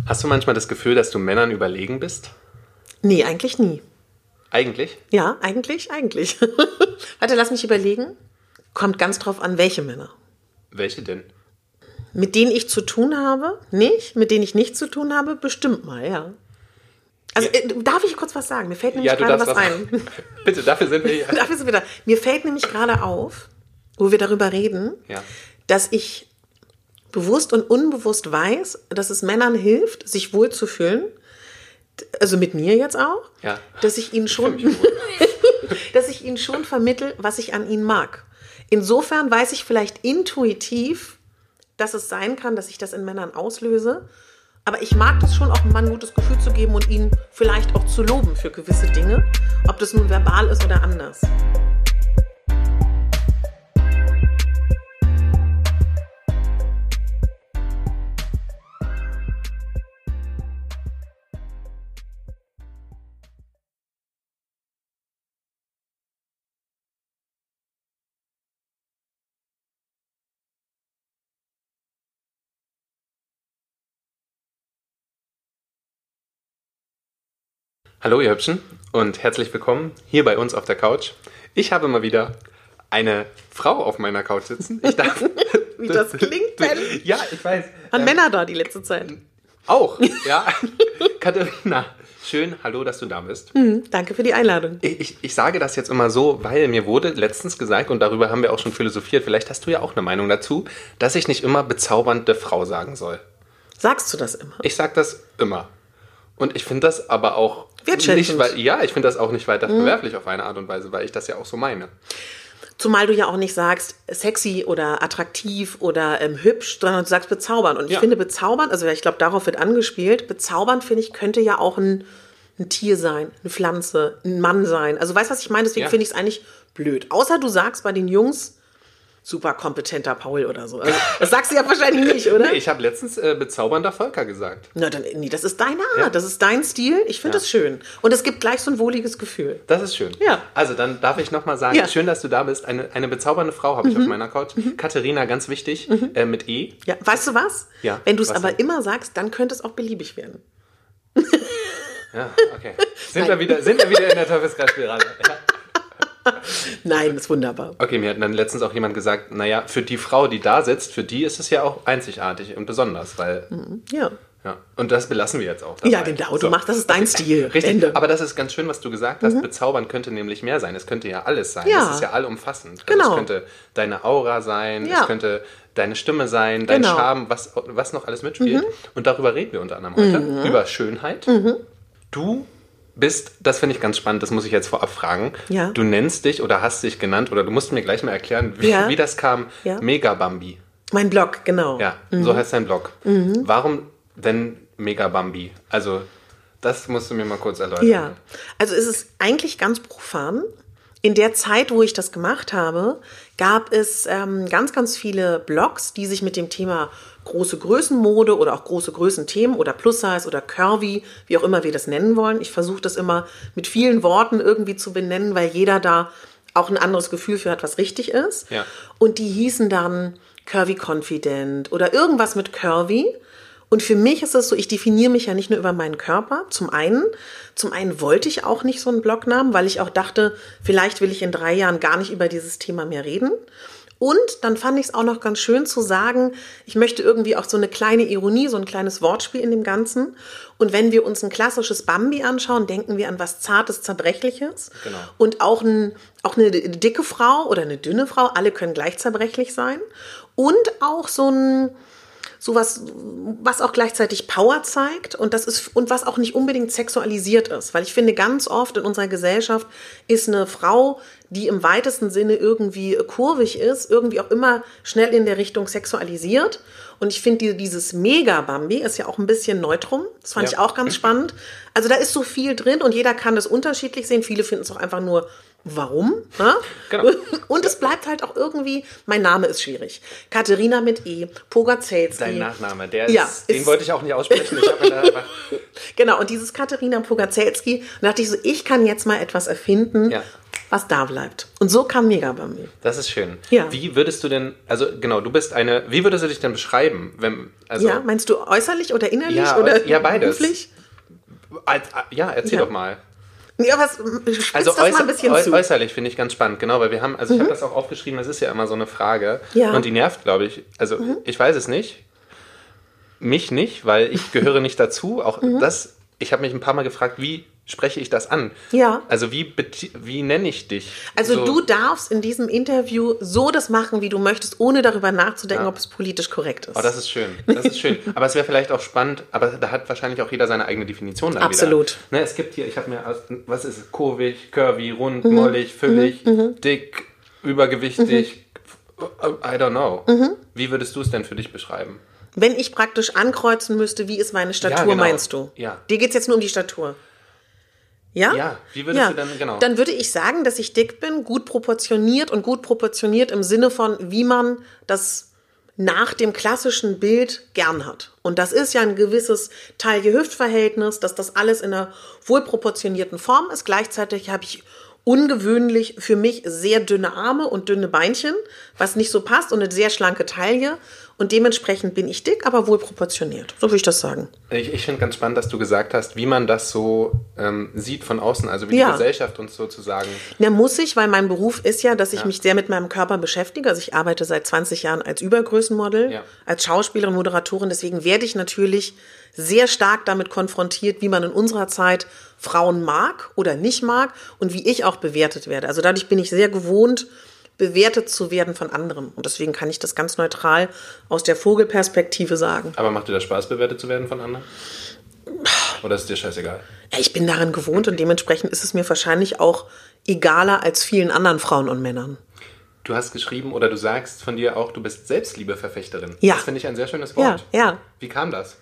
Hast du manchmal das Gefühl, dass du Männern überlegen bist? Nee, eigentlich nie. Eigentlich? Ja, eigentlich. Warte, lass mich überlegen. Kommt ganz drauf an, welche Männer. Welche denn? Mit denen ich zu tun habe, nicht. Mit denen ich nichts zu tun habe, bestimmt mal, ja. Also, darf ich kurz was sagen? Mir fällt nämlich gerade was ein. Bitte, dafür sind wir hier. Dafür sind wir da. Mir fällt nämlich gerade auf, wo wir darüber reden, dass ich bewusst und unbewusst weiß, dass es Männern hilft, sich wohlzufühlen. Also mit mir jetzt auch. Ja. Dass ich ihnen schon vermittel, was ich an ihnen mag. Insofern weiß ich vielleicht intuitiv, dass es sein kann, dass ich das in Männern auslöse. Aber ich mag das schon, auch einem Mann ein gutes Gefühl zu geben und ihn vielleicht auch zu loben für gewisse Dinge. Ob das nun verbal ist oder anders. Hallo ihr Hübschen und herzlich willkommen hier bei uns auf der Couch. Ich habe mal wieder eine Frau auf meiner Couch sitzen. Ich darf, Wie das klingt, Ben. Ja, ich weiß. Waren Männer da die letzte Zeit? Auch, ja. Katharina, schön, hallo, dass du da bist. Danke für die Einladung. Ich sage das jetzt immer so, weil mir wurde letztens gesagt, und darüber haben wir auch schon philosophiert, vielleicht hast du ja auch eine Meinung dazu, dass ich nicht immer bezaubernde Frau sagen soll. Sagst du das immer? Ich sage das immer. Und ich finde das aber auch wertschätzend. Ich finde das auch nicht weiter verwerflich auf eine Art und Weise, weil ich das ja auch so meine. Zumal du ja auch nicht sagst sexy oder attraktiv oder hübsch, sondern du sagst bezaubernd. Und ich finde bezaubernd, also ich glaube, darauf wird angespielt, bezaubernd, finde ich, könnte ja auch ein Tier sein, eine Pflanze, ein Mann sein. Also weißt du, was ich meine? Deswegen finde ich es eigentlich blöd. Außer du sagst bei den Jungs, super kompetenter Paul oder so. Also, das sagst du ja wahrscheinlich nicht, oder? Nee, ich habe letztens bezaubernder Volker gesagt. Na, dann, nee, das ist deine Art, das ist dein Stil. Ich finde das schön. Und es gibt gleich so ein wohliges Gefühl. Das ist schön. Ja. Also dann darf ich nochmal sagen, schön, dass du da bist. Eine bezaubernde Frau habe ich auf meiner Couch. Katharina, ganz wichtig, mit E. Ja, weißt du was? Ja. Wenn du es aber denn? immer sagst, dann könnte es auch beliebig werden. Ja, okay. Sind wir wieder in der Teufelskreisspirale. Ja. Nein, ist wunderbar. Okay, mir hat dann letztens auch jemand gesagt, naja, für die Frau, die da sitzt, für die ist es ja auch einzigartig und besonders, weil... Ja. Ja, und das belassen wir jetzt auch dabei. Ja, genau, du machst, das ist dein Stil. Richtig, Ende. aber das ist ganz schön, was du gesagt hast. Bezaubern könnte nämlich mehr sein. Es könnte ja alles sein. Ja. Das ist ja allumfassend. Genau. Also es könnte deine Aura sein, Ja. es könnte deine Stimme sein, dein Genau. Charme, was noch alles mitspielt. Und darüber reden wir unter anderem heute, über Schönheit. Du bist, das finde ich ganz spannend, das muss ich jetzt vorab fragen. Ja. Du nennst dich oder hast dich genannt, oder du musst mir gleich mal erklären, wie das kam, Ja. Megabambi. Mein Blog, genau. Ja, so heißt dein Blog. Warum denn Megabambi? Also, das musst du mir mal kurz erläutern. Ja, also es ist eigentlich ganz profan. In der Zeit, wo ich das gemacht habe, gab es ganz, ganz viele Blogs, die sich mit dem Thema große Größenmode oder auch große Größenthemen oder Plus-Size oder Curvy, wie auch immer wir das nennen wollen. Ich versuche das immer mit vielen Worten irgendwie zu benennen, weil jeder da auch ein anderes Gefühl für hat, was richtig ist. Ja. Und die hießen dann Curvy Confident oder irgendwas mit Curvy. Und für mich ist es so, ich definiere mich ja nicht nur über meinen Körper. Zum einen wollte ich auch nicht so einen Blognamen, weil ich auch dachte, vielleicht will ich in 3 Jahren gar nicht über dieses Thema mehr reden. Und dann fand ich es auch noch ganz schön zu sagen, ich möchte irgendwie auch so eine kleine Ironie, so ein kleines Wortspiel in dem Ganzen. Und wenn wir uns ein klassisches Bambi anschauen, denken wir an was Zartes, Zerbrechliches. Genau. Und auch eine dicke Frau oder eine dünne Frau, alle können gleich zerbrechlich sein. Und auch sowas, was auch gleichzeitig Power zeigt und was auch nicht unbedingt sexualisiert ist. Weil ich finde, ganz oft in unserer Gesellschaft ist eine Frau, die im weitesten Sinne irgendwie kurvig ist, irgendwie auch immer schnell in der Richtung sexualisiert. Und ich finde, dieses Mega-Bambi ist ja auch ein bisschen Neutrum. Das fand ich auch ganz spannend. Also da ist so viel drin und jeder kann das unterschiedlich sehen. Viele finden es auch einfach nur, warum? Ja? Genau. Und es bleibt halt auch irgendwie, mein Name ist schwierig. Katharina mit E, Pogacelski. Dein Nachname, ist, den wollte ich auch nicht aussprechen. Ich habe mir da einfach genau, und dieses Katharina Pogacelski, da dachte ich so, ich kann jetzt mal etwas erfinden, was da bleibt. Und so kam Mega bei mir. Das ist schön. Ja. Wie würdest du denn, also genau, wie würdest du dich denn beschreiben? Ja, meinst du äußerlich oder innerlich? Ja, oder ja, beides. beruflich? Ja, erzähl doch mal. Ja, spitz Also das mal ein bisschen zu. äußerlich finde ich ganz spannend, genau, weil ich habe das auch aufgeschrieben, das ist ja immer so eine Frage. Ja. Und die nervt, glaube ich. Also ich weiß es nicht. Mich nicht, weil ich gehöre nicht dazu. Auch ich habe mich ein paar Mal gefragt, wie spreche ich das an? Ja. Also wie nenne ich dich? Also so, du darfst in diesem Interview so das machen, wie du möchtest, ohne darüber nachzudenken, ob es politisch korrekt ist. Oh, das ist schön. Das ist schön. Aber es wäre vielleicht auch spannend, aber da hat wahrscheinlich auch jeder seine eigene Definition dann Absolut. wieder. Ne, es gibt hier, ich habe mir, was ist es? Kurvig, curvy, rund, mollig, füllig, dick, übergewichtig, I don't know. Wie würdest du es denn für dich beschreiben? Wenn ich praktisch ankreuzen müsste, wie ist meine Statur, genau. meinst du? Ja. Dir geht es jetzt nur um die Statur. Ja? Ja, wie würdest du dann, genau. Dann würde ich sagen, dass ich dick bin, gut proportioniert und gut proportioniert im Sinne von, wie man das nach dem klassischen Bild gern hat. Und das ist ja ein gewisses Taille-Hüft-Verhältnis, dass das alles in einer wohlproportionierten Form ist. Gleichzeitig habe ich ungewöhnlich für mich sehr dünne Arme und dünne Beinchen, was nicht so passt, und eine sehr schlanke Taille. Und dementsprechend bin ich dick, aber wohl proportioniert. So würde ich das sagen. Ich finde ganz spannend, dass du gesagt hast, wie man das so sieht von außen, also wie die Gesellschaft uns sozusagen... Na, muss ich, weil mein Beruf ist ja, dass ich mich sehr mit meinem Körper beschäftige. Also ich arbeite seit 20 Jahren als Übergrößenmodel, als Schauspielerin, Moderatorin. Deswegen werde ich natürlich sehr stark damit konfrontiert, wie man in unserer Zeit Frauen mag oder nicht mag und wie ich auch bewertet werde. Also dadurch bin ich sehr gewohnt, bewertet zu werden von anderen. Und deswegen kann ich das ganz neutral aus der Vogelperspektive sagen. Aber macht dir das Spaß, bewertet zu werden von anderen? Oder ist dir scheißegal? Ja, ich bin daran gewohnt und dementsprechend ist es mir wahrscheinlich auch egaler als vielen anderen Frauen und Männern. Du hast geschrieben oder du sagst von dir auch, du bist Selbstliebeverfechterin. Ja. Das finde ich ein sehr schönes Wort. Ja. Wie kam das?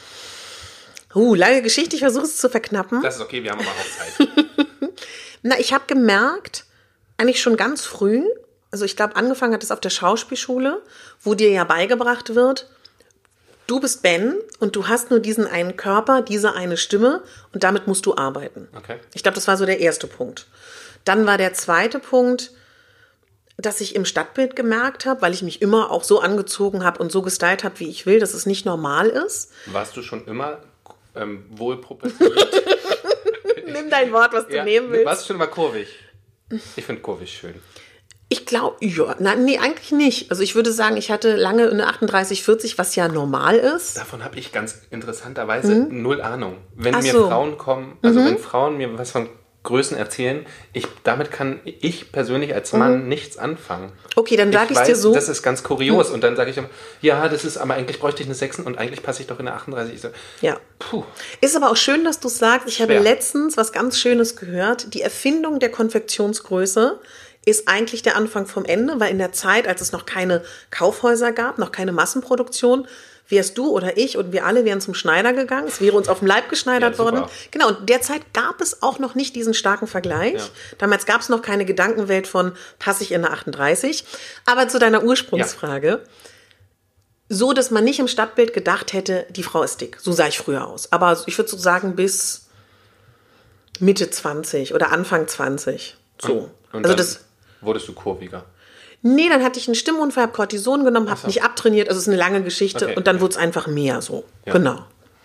Lange Geschichte, ich versuche es zu verknappen. Das ist okay, wir haben aber auch Zeit. Na, ich habe gemerkt, eigentlich schon ganz früh, also ich glaube, angefangen hat es auf der Schauspielschule, wo dir ja beigebracht wird, du bist Ben und du hast nur diesen einen Körper, diese eine Stimme und damit musst du arbeiten. Okay. Ich glaube, das war so der erste Punkt. Dann war der zweite Punkt, dass ich im Stadtbild gemerkt habe, weil ich mich immer auch so angezogen habe und so gestylt habe, wie ich will, dass es nicht normal ist. Warst du schon immer wohlproportioniert? Nimm dein Wort, was du nehmen willst. Warst du schon immer kurvig? Ich finde kurvig schön. Ich glaube, nee, eigentlich nicht. Also ich würde sagen, ich hatte lange eine 38-40, was ja normal ist. Davon habe ich ganz interessanterweise null Ahnung. Wenn mir so. Frauen kommen, also wenn Frauen mir was von Größen erzählen, damit kann ich persönlich als Mann nichts anfangen. Okay, dann sage ich dir so. Das ist ganz kurios. Und dann sage ich immer, ja, das ist, aber eigentlich bräuchte ich eine 6 und eigentlich passe ich doch in eine 38. Ich so, ja. Puh. Ist aber auch schön, dass du es sagst. Ich habe Schwer. letztens was ganz Schönes gehört. Die Erfindung der Konfektionsgröße ist eigentlich der Anfang vom Ende, weil in der Zeit, als es noch keine Kaufhäuser gab, noch keine Massenproduktion, wärst du oder ich und wir alle wären zum Schneider gegangen. Es wäre uns auf dem Leib geschneidert worden. Genau, und derzeit gab es auch noch nicht diesen starken Vergleich. Ja. Damals gab es noch keine Gedankenwelt von, passe ich in eine 38. Aber zu deiner Ursprungsfrage. So, dass man nicht im Stadtbild gedacht hätte, die Frau ist dick. So sah ich früher aus. Aber ich würde so sagen, bis Mitte 20 oder Anfang 20. So. Und also dann wurdest du kurviger? Nee, dann hatte ich einen Stimmunfall, habe Cortison genommen, habe mich abtrainiert. Also es ist eine lange Geschichte und dann wurde es einfach mehr so. Ja. Genau.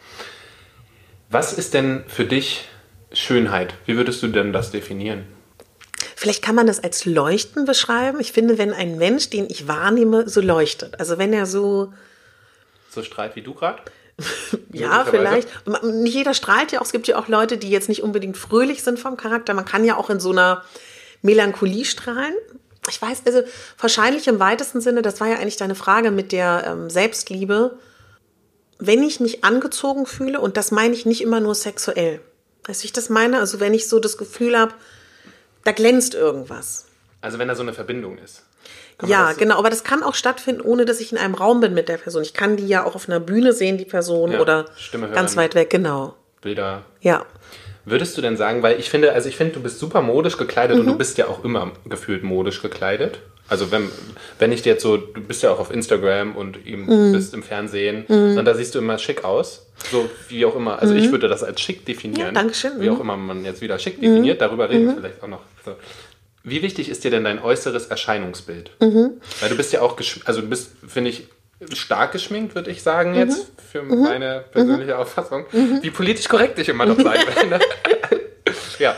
Was ist denn für dich Schönheit? Wie würdest du denn das definieren? Vielleicht kann man das als Leuchten beschreiben. Ich finde, wenn ein Mensch, den ich wahrnehme, so leuchtet. Also wenn er so strahlt wie du gerade? Ja, vielleicht. Nicht jeder strahlt ja auch. Es gibt ja auch Leute, die jetzt nicht unbedingt fröhlich sind vom Charakter. Man kann ja auch in so einer Melancholie strahlen. Ich weiß, also wahrscheinlich im weitesten Sinne, das war ja eigentlich deine Frage mit der Selbstliebe, wenn ich mich angezogen fühle, und das meine ich nicht immer nur sexuell. Weißt du, wie ich das meine? Also wenn ich so das Gefühl habe, da glänzt irgendwas. Also wenn da so eine Verbindung ist. Ja, genau, aber das kann auch stattfinden, ohne dass ich in einem Raum bin mit der Person. Ich kann die ja auch auf einer Bühne sehen, die Person, oder Stimme hören, ganz weit weg, genau. Bilder. Ja. Würdest du denn sagen, weil ich finde, du bist super modisch gekleidet und du bist ja auch immer gefühlt modisch gekleidet. Also wenn ich dir jetzt so, du bist ja auch auf Instagram und eben bist im Fernsehen und da siehst du immer schick aus. So wie auch immer. Also ich würde das als schick definieren. Ja, danke schön. Wie auch immer man jetzt wieder schick definiert. Darüber reden wir vielleicht auch noch. So. Wie wichtig ist dir denn dein äußeres Erscheinungsbild? Weil du bist ja auch, also du bist, finde ich, stark geschminkt, würde ich sagen jetzt, für meine persönliche Auffassung. Wie politisch korrekt ich immer noch sein will. Ne? Ja.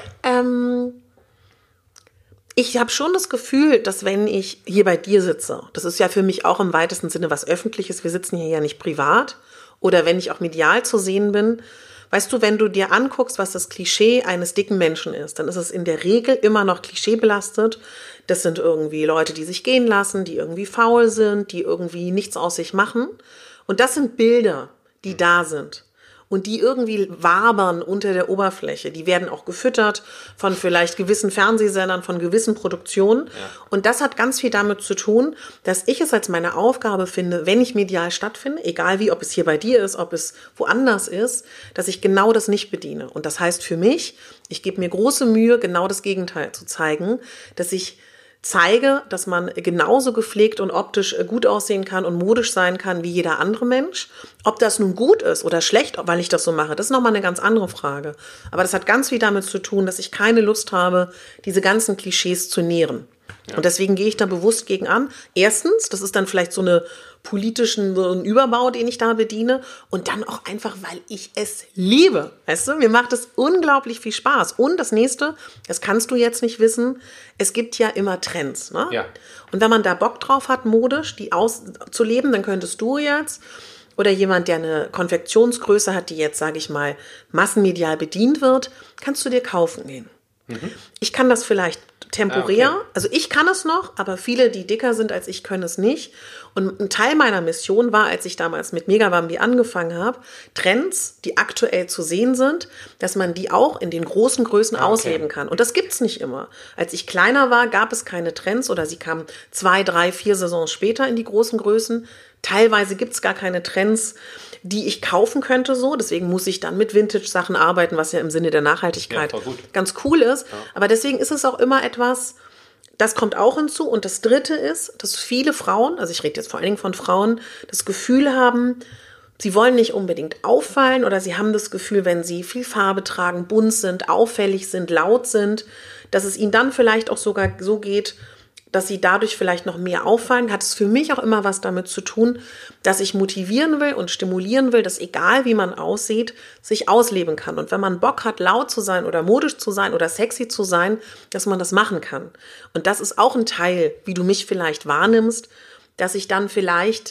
Ich habe schon das Gefühl, dass wenn ich hier bei dir sitze, das ist ja für mich auch im weitesten Sinne was Öffentliches, wir sitzen hier ja nicht privat, oder wenn ich auch medial zu sehen bin, weißt du, wenn du dir anguckst, was das Klischee eines dicken Menschen ist, dann ist es in der Regel immer noch klischeebelastet. Das sind irgendwie Leute, die sich gehen lassen, die irgendwie faul sind, die irgendwie nichts aus sich machen. Und das sind Bilder, die da sind. Und die irgendwie wabern unter der Oberfläche. Die werden auch gefüttert von vielleicht gewissen Fernsehsendern, von gewissen Produktionen. Ja. Und das hat ganz viel damit zu tun, dass ich es als meine Aufgabe finde, wenn ich medial stattfinde, egal wie, ob es hier bei dir ist, ob es woanders ist, dass ich genau das nicht bediene. Und das heißt für mich, ich gebe mir große Mühe, genau das Gegenteil zu zeigen, dass ich zeige, dass man genauso gepflegt und optisch gut aussehen kann und modisch sein kann wie jeder andere Mensch. Ob das nun gut ist oder schlecht, weil ich das so mache, das ist nochmal eine ganz andere Frage. Aber das hat ganz viel damit zu tun, dass ich keine Lust habe, diese ganzen Klischees zu nähren. Ja. Und deswegen gehe ich da bewusst gegen an. Erstens, das ist dann vielleicht so eine politischen so ein Überbau, den ich da bediene. Und dann auch einfach, weil ich es liebe. Weißt du, mir macht es unglaublich viel Spaß. Und das Nächste, das kannst du jetzt nicht wissen, es gibt ja immer Trends. Ne? Ja. Und wenn man da Bock drauf hat, modisch die auszuleben, dann könntest du jetzt oder jemand, der eine Konfektionsgröße hat, die jetzt, sage ich mal, massenmedial bedient wird, kannst du dir kaufen gehen. Ich kann das vielleicht temporär, okay. Also ich kann es noch, aber viele, die dicker sind als ich, können es nicht. Und ein Teil meiner Mission war, als ich damals mit Megabambi angefangen habe, Trends, die aktuell zu sehen sind, dass man die auch in den großen Größen ausleben kann. Und das gibt's nicht immer. Als ich kleiner war, gab es keine Trends oder sie kamen 2, 3, 4 Saisons später in die großen Größen. Teilweise gibt's gar keine Trends, die ich kaufen könnte so. Deswegen muss ich dann mit Vintage-Sachen arbeiten, was ja im Sinne der Nachhaltigkeit ganz cool ist. Ja. Aber deswegen ist es auch immer etwas, das kommt auch hinzu. Und das Dritte ist, dass viele Frauen, also ich rede jetzt vor allen Dingen von Frauen, das Gefühl haben, sie wollen nicht unbedingt auffallen oder sie haben das Gefühl, wenn sie viel Farbe tragen, bunt sind, auffällig sind, laut sind, dass es ihnen dann vielleicht auch sogar so geht, dass sie dadurch vielleicht noch mehr auffallen, hat es für mich auch immer was damit zu tun, dass ich motivieren will und stimulieren will, dass egal wie man aussieht, sich ausleben kann. Und wenn man Bock hat, laut zu sein oder modisch zu sein oder sexy zu sein, dass man das machen kann. Und das ist auch ein Teil, wie du mich vielleicht wahrnimmst, dass ich dann vielleicht,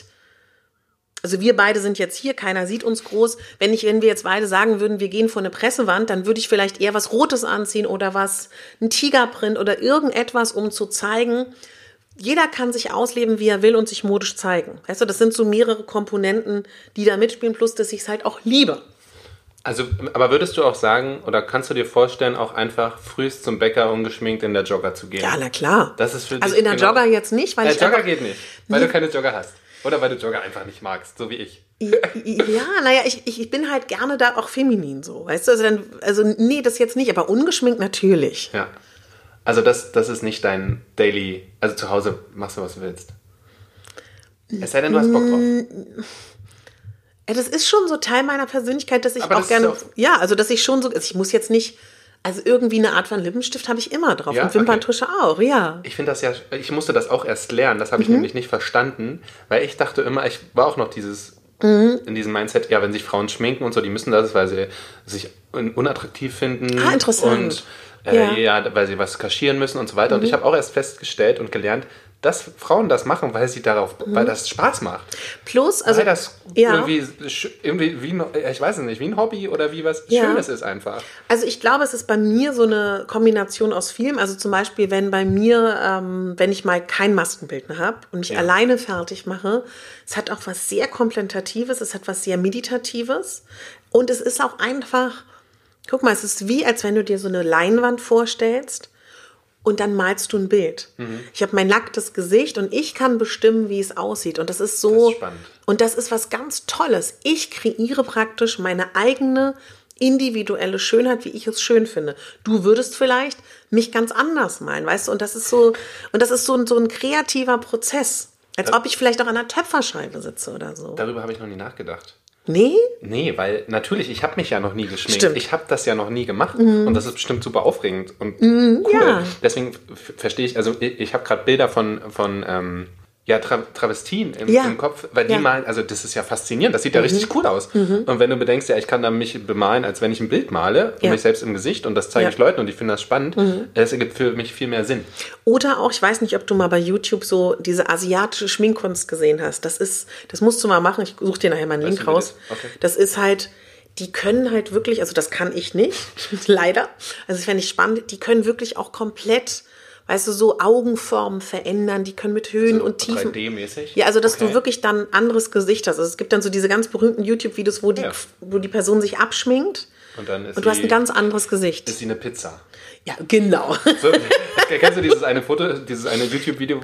also wir beide sind jetzt hier, keiner sieht uns groß. Wenn wir jetzt beide sagen würden, wir gehen vor eine Pressewand, dann würde ich vielleicht eher was Rotes anziehen oder ein Tigerprint oder irgendetwas, um zu zeigen, jeder kann sich ausleben, wie er will und sich modisch zeigen. Weißt du, das sind so mehrere Komponenten, die da mitspielen, plus dass ich es halt auch liebe. Also, aber würdest du auch sagen, oder kannst du dir vorstellen, auch einfach frühst zum Bäcker ungeschminkt in der Jogger zu gehen? Ja, na klar. Das ist für dich also in der Jogger jetzt nicht, weil der Jogger geht nicht, weil du keine Jogger hast. Oder weil du Jogger einfach nicht magst, so wie ich. Ja, naja, ich bin halt gerne da auch feminin so, weißt du? Also nee, das jetzt nicht, aber ungeschminkt natürlich. Ja, also das ist nicht dein Daily, also zu Hause machst du, was du willst. Es sei denn, du hast Bock drauf. Ja, das ist schon so Teil meiner Persönlichkeit, dass ich aber auch gerne, ja, also dass ich schon so, also ich muss jetzt nicht, also irgendwie eine Art von Lippenstift habe ich immer drauf und Wimperntusche auch, ja. Ich finde das ja, ich musste das auch erst lernen, das habe ich nämlich nicht verstanden, weil ich dachte immer, ich war auch noch in diesem Mindset, ja, wenn sich Frauen schminken und so, die müssen das, weil sie sich unattraktiv finden. Ah, interessant. Und ja, weil sie was kaschieren müssen und so weiter. Und ich habe auch erst festgestellt und gelernt, dass Frauen das machen, weil das Spaß macht. Plus, also weil das irgendwie wie, ich weiß es nicht, wie ein Hobby oder wie was Schönes ist einfach. Also ich glaube, es ist bei mir so eine Kombination aus vielem. Also zum Beispiel, wenn bei mir, wenn ich mal kein Maskenbild mehr habe und mich alleine fertig mache, es hat auch was sehr Kontemplatives, es hat was sehr Meditatives und es ist auch einfach, guck mal, es ist wie, als wenn du dir so eine Leinwand vorstellst und dann malst du ein Bild. Ich habe mein nacktes Gesicht und ich kann bestimmen, wie es aussieht. Und das ist so. Das ist spannend. Und das ist was ganz Tolles. Ich kreiere praktisch meine eigene individuelle Schönheit, wie ich es schön finde. Du würdest vielleicht mich ganz anders malen, weißt du? Und das ist so ein kreativer Prozess. Als ob ich vielleicht auch an einer Töpferscheibe sitze oder so. Darüber habe ich noch nie nachgedacht. Nee? Nee, weil natürlich, ich habe mich ja noch nie geschminkt. Stimmt. Ich habe das ja noch nie gemacht. Und das ist bestimmt super aufregend und cool. ja. Deswegen verstehe ich, also ich habe gerade Bilder von Travestien im Kopf, weil die malen, also das ist ja faszinierend, das sieht ja richtig cool aus. Und wenn du bedenkst, ja, ich kann da mich bemalen, als wenn ich ein Bild male, und mich selbst im Gesicht, und das zeige ich Leuten und ich finde das spannend, das ergibt für mich viel mehr Sinn. Oder auch, ich weiß nicht, ob du mal bei YouTube so diese asiatische Schminkkunst gesehen hast. Das musst du mal machen, ich suche dir nachher mal einen Link raus. Okay. Das ist halt, die können halt wirklich, also das kann ich nicht, leider, also das fände ich spannend, die können wirklich auch komplett, weißt du, so Augenformen verändern, die können mit Höhen und Tiefen. 3D-mäßig? Ja, also dass du wirklich dann ein anderes Gesicht hast. Also es gibt dann so diese ganz berühmten YouTube-Videos, wo die Person sich abschminkt und du hast ein ganz anderes Gesicht. Ist sie eine Pizza? Ja, genau. So, kennst du dieses eine Foto, dieses eine YouTube-Video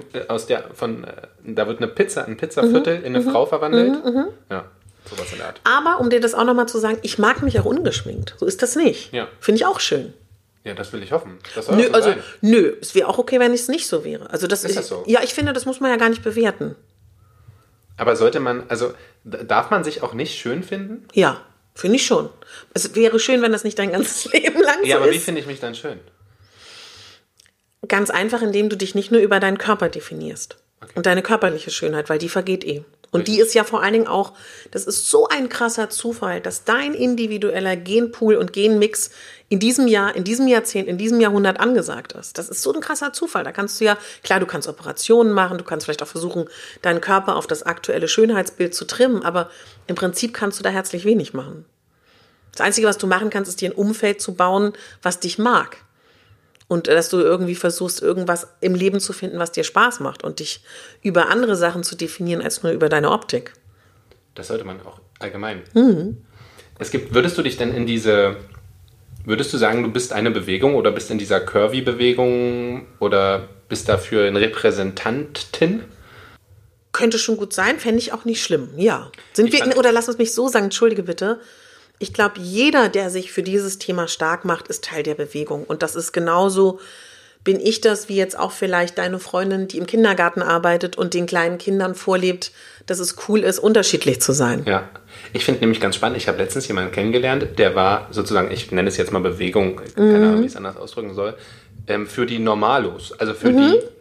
da wird ein Pizzaviertel in eine Frau verwandelt? Ja, sowas in der Art. Aber um dir das auch nochmal zu sagen, ich mag mich auch ungeschminkt. So ist das nicht. Ja. Finde ich auch schön. Ja, das will ich hoffen. Das soll so sein. Nö, es wäre auch okay, wenn es nicht so wäre. Also ist das so? Ja, ich finde, das muss man ja gar nicht bewerten. Aber sollte man, also darf man sich auch nicht schön finden? Ja, finde ich schon. Es wäre schön, wenn das nicht dein ganzes Leben lang so ist. Ja, aber wie finde ich mich dann schön? Ganz einfach, indem du dich nicht nur über deinen Körper definierst. Okay. Und deine körperliche Schönheit, weil die vergeht eh. Und die ist ja vor allen Dingen auch, das ist so ein krasser Zufall, dass dein individueller Genpool und Genmix in diesem Jahr, in diesem Jahrzehnt, in diesem Jahrhundert angesagt ist. Das ist so ein krasser Zufall. Da kannst du ja, klar, du kannst Operationen machen, du kannst vielleicht auch versuchen, deinen Körper auf das aktuelle Schönheitsbild zu trimmen, aber im Prinzip kannst du da herzlich wenig machen. Das Einzige, was du machen kannst, ist dir ein Umfeld zu bauen, was dich mag. Und dass du irgendwie versuchst, irgendwas im Leben zu finden, was dir Spaß macht und dich über andere Sachen zu definieren, als nur über deine Optik. Das sollte man auch allgemein. Würdest du sagen, du bist eine Bewegung oder bist in dieser Curvy-Bewegung oder bist dafür eine Repräsentantin? Könnte schon gut sein, fände ich auch nicht schlimm, ja. Oder lass uns mich so sagen, entschuldige bitte. Ich glaube, jeder, der sich für dieses Thema stark macht, ist Teil der Bewegung. Und das ist genauso, bin ich das, wie jetzt auch vielleicht deine Freundin, die im Kindergarten arbeitet und den kleinen Kindern vorlebt, dass es cool ist, unterschiedlich zu sein. Ja, ich finde nämlich ganz spannend, ich habe letztens jemanden kennengelernt, der war sozusagen, ich nenne es jetzt mal Bewegung, keine Ahnung, wie ich es anders ausdrücken soll, für die Normalos, also für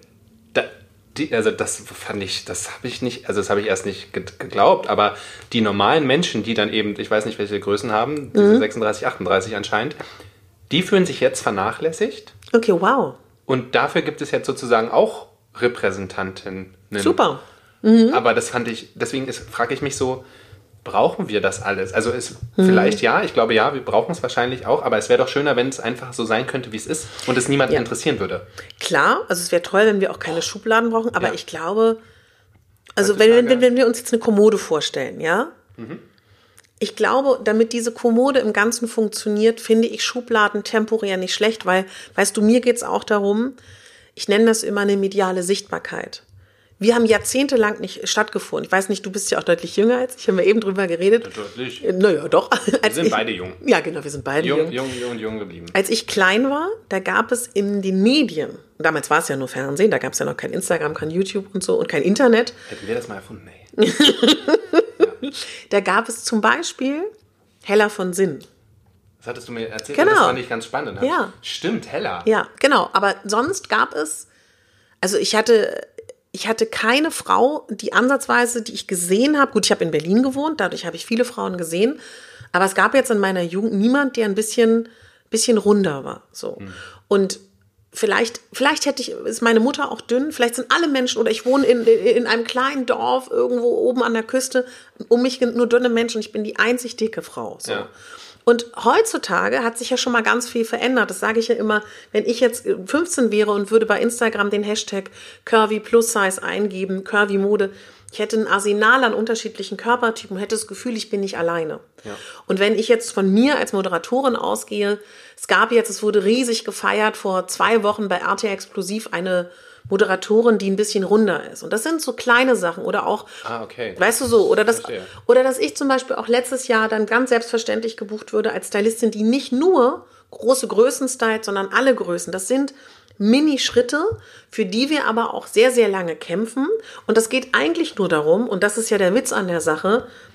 also das fand ich, das habe ich erst nicht geglaubt, aber die normalen Menschen, die dann eben, ich weiß nicht, welche Größen haben, diese 36, 38 anscheinend, die fühlen sich jetzt vernachlässigt. Okay, wow. Und dafür gibt es jetzt sozusagen auch Repräsentantinnen. Super. Aber das fand ich, deswegen frage ich mich so, brauchen wir das alles? Also vielleicht ja, ich glaube ja, wir brauchen es wahrscheinlich auch, aber es wäre doch schöner, wenn es einfach so sein könnte, wie es ist und es niemanden interessieren würde. Klar, also es wäre toll, wenn wir auch keine Schubladen brauchen, aber ich glaube, also wenn wir uns jetzt eine Kommode vorstellen, ja, ich glaube, damit diese Kommode im Ganzen funktioniert, finde ich Schubladen temporär nicht schlecht, weil, weißt du, mir geht es auch darum, ich nenne das immer eine mediale Sichtbarkeit. Wir haben jahrzehntelang nicht stattgefunden. Ich weiß nicht, du bist ja auch deutlich jünger als ich, haben wir eben drüber geredet. Deutlich. Naja, doch. Wir sind beide jung. Ja, genau, wir sind beide jung. Jung geblieben. Als ich klein war, da gab es in den Medien, damals war es ja nur Fernsehen, da gab es ja noch kein Instagram, kein YouTube und so und kein Internet. Hätten wir das mal erfunden? Nee. Da gab es zum Beispiel Hella von Sinn. Das hattest du mir erzählt, Genau. Das fand ich ganz spannend. Ja. Stimmt, Hella. Ja, genau. Aber sonst gab es, also ich hatte keine Frau, die ansatzweise, die ich gesehen habe, gut, ich habe in Berlin gewohnt, dadurch habe ich viele Frauen gesehen, aber es gab jetzt in meiner Jugend niemand, der ein bisschen runder war. So. Und vielleicht ist meine Mutter auch dünn, vielleicht sind alle Menschen, oder ich wohne in einem kleinen Dorf irgendwo oben an der Küste, um mich nur dünne Menschen, ich bin die einzig dicke Frau. So. Ja. Und heutzutage hat sich ja schon mal ganz viel verändert. Das sage ich ja immer, wenn ich jetzt 15 wäre und würde bei Instagram den Hashtag Curvy Plus Size eingeben, Curvy Mode, ich hätte ein Arsenal an unterschiedlichen Körpertypen, hätte das Gefühl, ich bin nicht alleine. Ja. Und wenn ich jetzt von mir als Moderatorin ausgehe, es wurde riesig gefeiert vor 2 Wochen bei RTL Exklusiv eine Moderatorin, die ein bisschen runder ist. Und das sind so kleine Sachen oder auch, weißt du so, oder dass ich zum Beispiel auch letztes Jahr dann ganz selbstverständlich gebucht würde als Stylistin, die nicht nur große Größen stylt, sondern alle Größen. Das sind Mini-Schritte, für die wir aber auch sehr, sehr lange kämpfen. Und das geht eigentlich nur darum, und das ist ja der Witz an der Sache,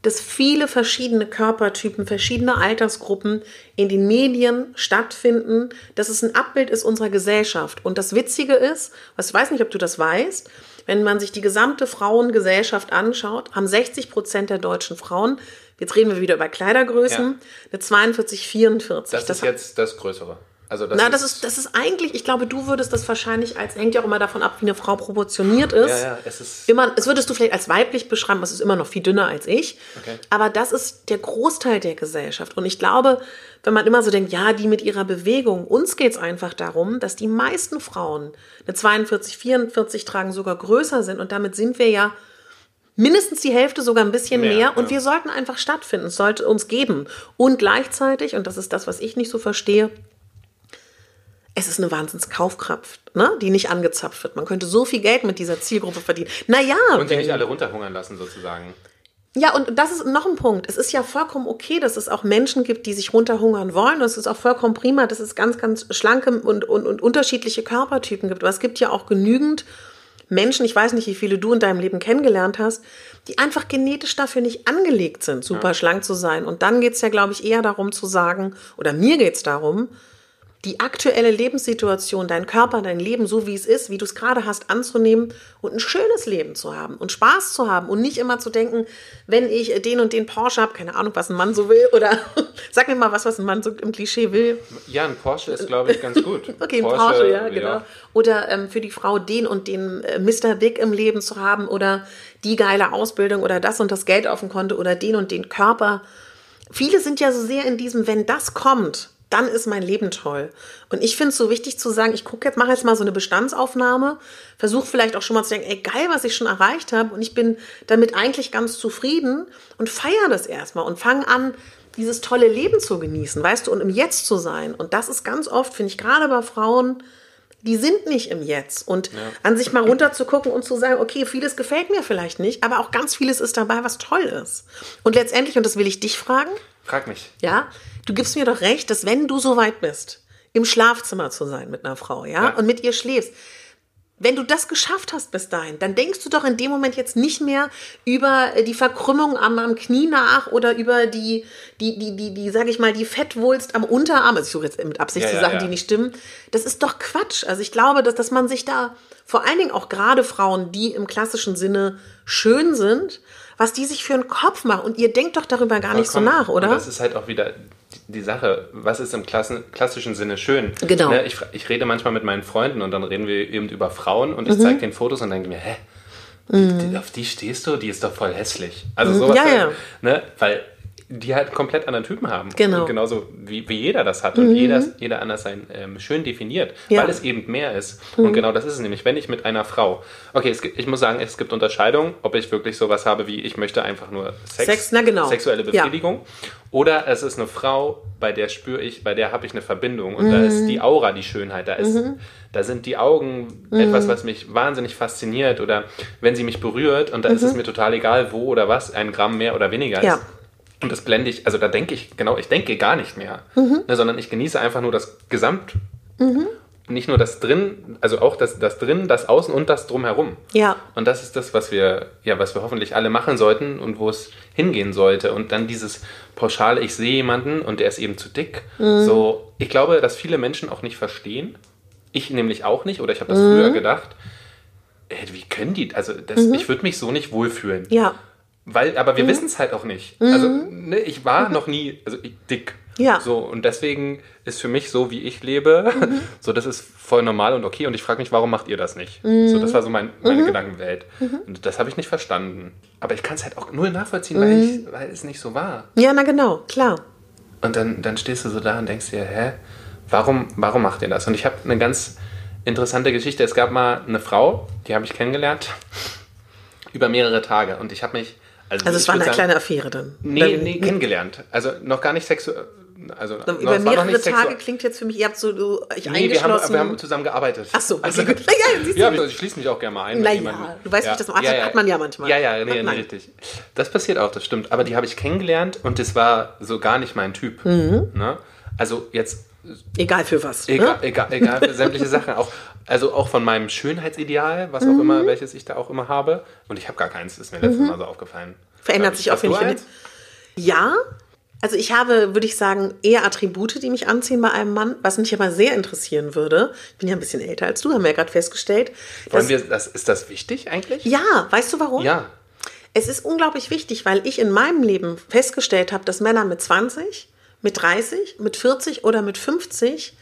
dass viele verschiedene Körpertypen, verschiedene Altersgruppen in den Medien stattfinden, dass es ein Abbild ist unserer Gesellschaft. Und das Witzige ist, ich weiß nicht, ob du das weißt, wenn man sich die gesamte Frauengesellschaft anschaut, haben 60% der deutschen Frauen, jetzt reden wir wieder über Kleidergrößen, eine 42, 44. Das ist jetzt das Größere. Also das ist eigentlich, ich glaube, du würdest das wahrscheinlich hängt ja auch immer davon ab, wie eine Frau proportioniert ist. Ja, es würdest du vielleicht als weiblich beschreiben, aber es ist immer noch viel dünner als ich. Okay. Aber das ist der Großteil der Gesellschaft. Und ich glaube, wenn man immer so denkt, ja, die mit ihrer Bewegung, uns geht es einfach darum, dass die meisten Frauen eine 42, 44 tragen, sogar größer sind. Und damit sind wir ja mindestens die Hälfte, sogar ein bisschen mehr. Und wir sollten einfach stattfinden. Es sollte uns geben. Und gleichzeitig, und das ist das, was ich nicht so verstehe, es ist eine Wahnsinnskaufkraft, ne, die nicht angezapft wird. Man könnte so viel Geld mit dieser Zielgruppe verdienen. Und die nicht alle runterhungern lassen, sozusagen. Ja, und das ist noch ein Punkt. Es ist ja vollkommen okay, dass es auch Menschen gibt, die sich runterhungern wollen. Und es ist auch vollkommen prima, dass es ganz, ganz schlanke und unterschiedliche Körpertypen gibt. Aber es gibt ja auch genügend Menschen, ich weiß nicht, wie viele du in deinem Leben kennengelernt hast, die einfach genetisch dafür nicht angelegt sind, super schlank zu sein. Und dann geht es ja, glaube ich, eher darum zu sagen, oder mir geht es darum, die aktuelle Lebenssituation, dein Körper, dein Leben, so wie es ist, wie du es gerade hast, anzunehmen und ein schönes Leben zu haben und Spaß zu haben und nicht immer zu denken, wenn ich den und den Porsche habe, keine Ahnung, was ein Mann so will, oder sag mir mal was ein Mann so im Klischee will. Ja, ein Porsche ist, glaube ich, ganz gut. Okay, ein Porsche, ja, genau. Ja. Oder für die Frau den und den Mr. Big im Leben zu haben oder die geile Ausbildung oder das und das Geld auf dem Konto oder den und den Körper. Viele sind ja so sehr in diesem, wenn das kommt, dann ist mein Leben toll. Und ich finde es so wichtig zu sagen, mache jetzt mal so eine Bestandsaufnahme, versuche vielleicht auch schon mal zu denken, ey, geil, was ich schon erreicht habe und ich bin damit eigentlich ganz zufrieden und feiere das erstmal und fange an, dieses tolle Leben zu genießen, weißt du, und im Jetzt zu sein. Und das ist ganz oft, finde ich, gerade bei Frauen, die sind nicht im Jetzt. Und an sich mal runter zu gucken und zu sagen, okay, vieles gefällt mir vielleicht nicht, aber auch ganz vieles ist dabei, was toll ist. Und letztendlich, und das will ich dich fragen. Frag mich. Ja, du gibst mir doch recht, dass wenn du so weit bist, im Schlafzimmer zu sein mit einer Frau, ja, und mit ihr schläfst, wenn du das geschafft hast bis dahin, dann denkst du doch in dem Moment jetzt nicht mehr über die Verkrümmung am Knie nach oder über die sage ich mal, die Fettwulst am Unterarm. Also ich suche jetzt mit Absicht zu Sachen, die nicht stimmen. Das ist doch Quatsch. Also ich glaube, dass man sich da, vor allen Dingen auch gerade Frauen, die im klassischen Sinne schön sind, was die sich für einen Kopf machen. Und ihr denkt doch darüber gar nicht so nach, oder? Und das ist halt auch wieder die Sache. Was ist im klassischen Sinne schön? Genau. Ne, ich rede manchmal mit meinen Freunden und dann reden wir eben über Frauen und ich zeige denen Fotos und denke mir, auf die stehst du? Die ist doch voll hässlich. Also sowas. Ja. Ne, weil die halt komplett anderen Typen haben. Genau. Und genauso wie jeder das hat und jeder anders sein schön definiert, weil es eben mehr ist. Und genau das ist es nämlich, wenn ich mit einer Frau, okay, ich muss sagen, es gibt Unterscheidungen, ob ich wirklich sowas habe wie, ich möchte einfach nur Sex, sexuelle Befriedigung, oder es ist eine Frau, bei der habe ich eine Verbindung und da ist die Aura die Schönheit, da sind die Augen etwas, was mich wahnsinnig fasziniert oder wenn sie mich berührt und da ist es mir total egal, wo oder was, 1 Gramm mehr oder weniger ist. Und das blende ich, also da denke ich, ich denke gar nicht mehr, sondern ich genieße einfach nur das Gesamt, nicht nur das drin, also auch das drin, das außen und das drumherum. Ja. Und das ist das, was wir hoffentlich alle machen sollten und wo es hingehen sollte. Und dann dieses pauschale, ich sehe jemanden und der ist eben zu dick. So, ich glaube, dass viele Menschen auch nicht verstehen, ich nämlich auch nicht, oder ich habe das früher gedacht, wie können die, also ich würde mich so nicht wohlfühlen. Ja. Aber wir wissen es halt auch nicht. Also ich war noch nie dick. Ja. So, und deswegen ist für mich so, wie ich lebe, so das ist voll normal und okay. Und ich frage mich, warum macht ihr das nicht? So, das war so meine Gedankenwelt. Und das habe ich nicht verstanden. Aber ich kann es halt auch nur nachvollziehen, weil es nicht so war. Ja, na genau, klar. Und dann stehst du so da und denkst dir, warum macht ihr das? Und ich habe eine ganz interessante Geschichte. Es gab mal eine Frau, die habe ich kennengelernt, über mehrere Tage. Und ich habe mich... Also es war eine kleine Affäre dann? Nee, kennengelernt. Also noch gar nicht sexuell. Also über mehrere Tage klingt jetzt für mich, ihr habt eingeschlossen. Wir haben zusammen gearbeitet. Ach so, also, gut. Ich schließe mich auch gerne mal ein. Naja, du weißt, wie ich das mache. Hat man ja manchmal. Ja, richtig. Das passiert auch, das stimmt. Aber die habe ich kennengelernt und das war so gar nicht mein Typ. Ne? Also jetzt... Egal für was. Egal für sämtliche Sachen. Auch von meinem Schönheitsideal, was auch immer, welches ich da auch immer habe. Und ich habe gar keins, ist mir letztes Mal so aufgefallen. Verändert sich auch, finde ich. Ja, also ich habe, würde ich sagen, eher Attribute, die mich anziehen bei einem Mann, was mich aber sehr interessieren würde. Ich bin ja ein bisschen älter als du, haben wir ja gerade festgestellt. Ist das wichtig eigentlich? Ja, weißt du warum? Ja. Es ist unglaublich wichtig, weil ich in meinem Leben festgestellt habe, dass Männer mit 20, mit 30, mit 40 oder mit 50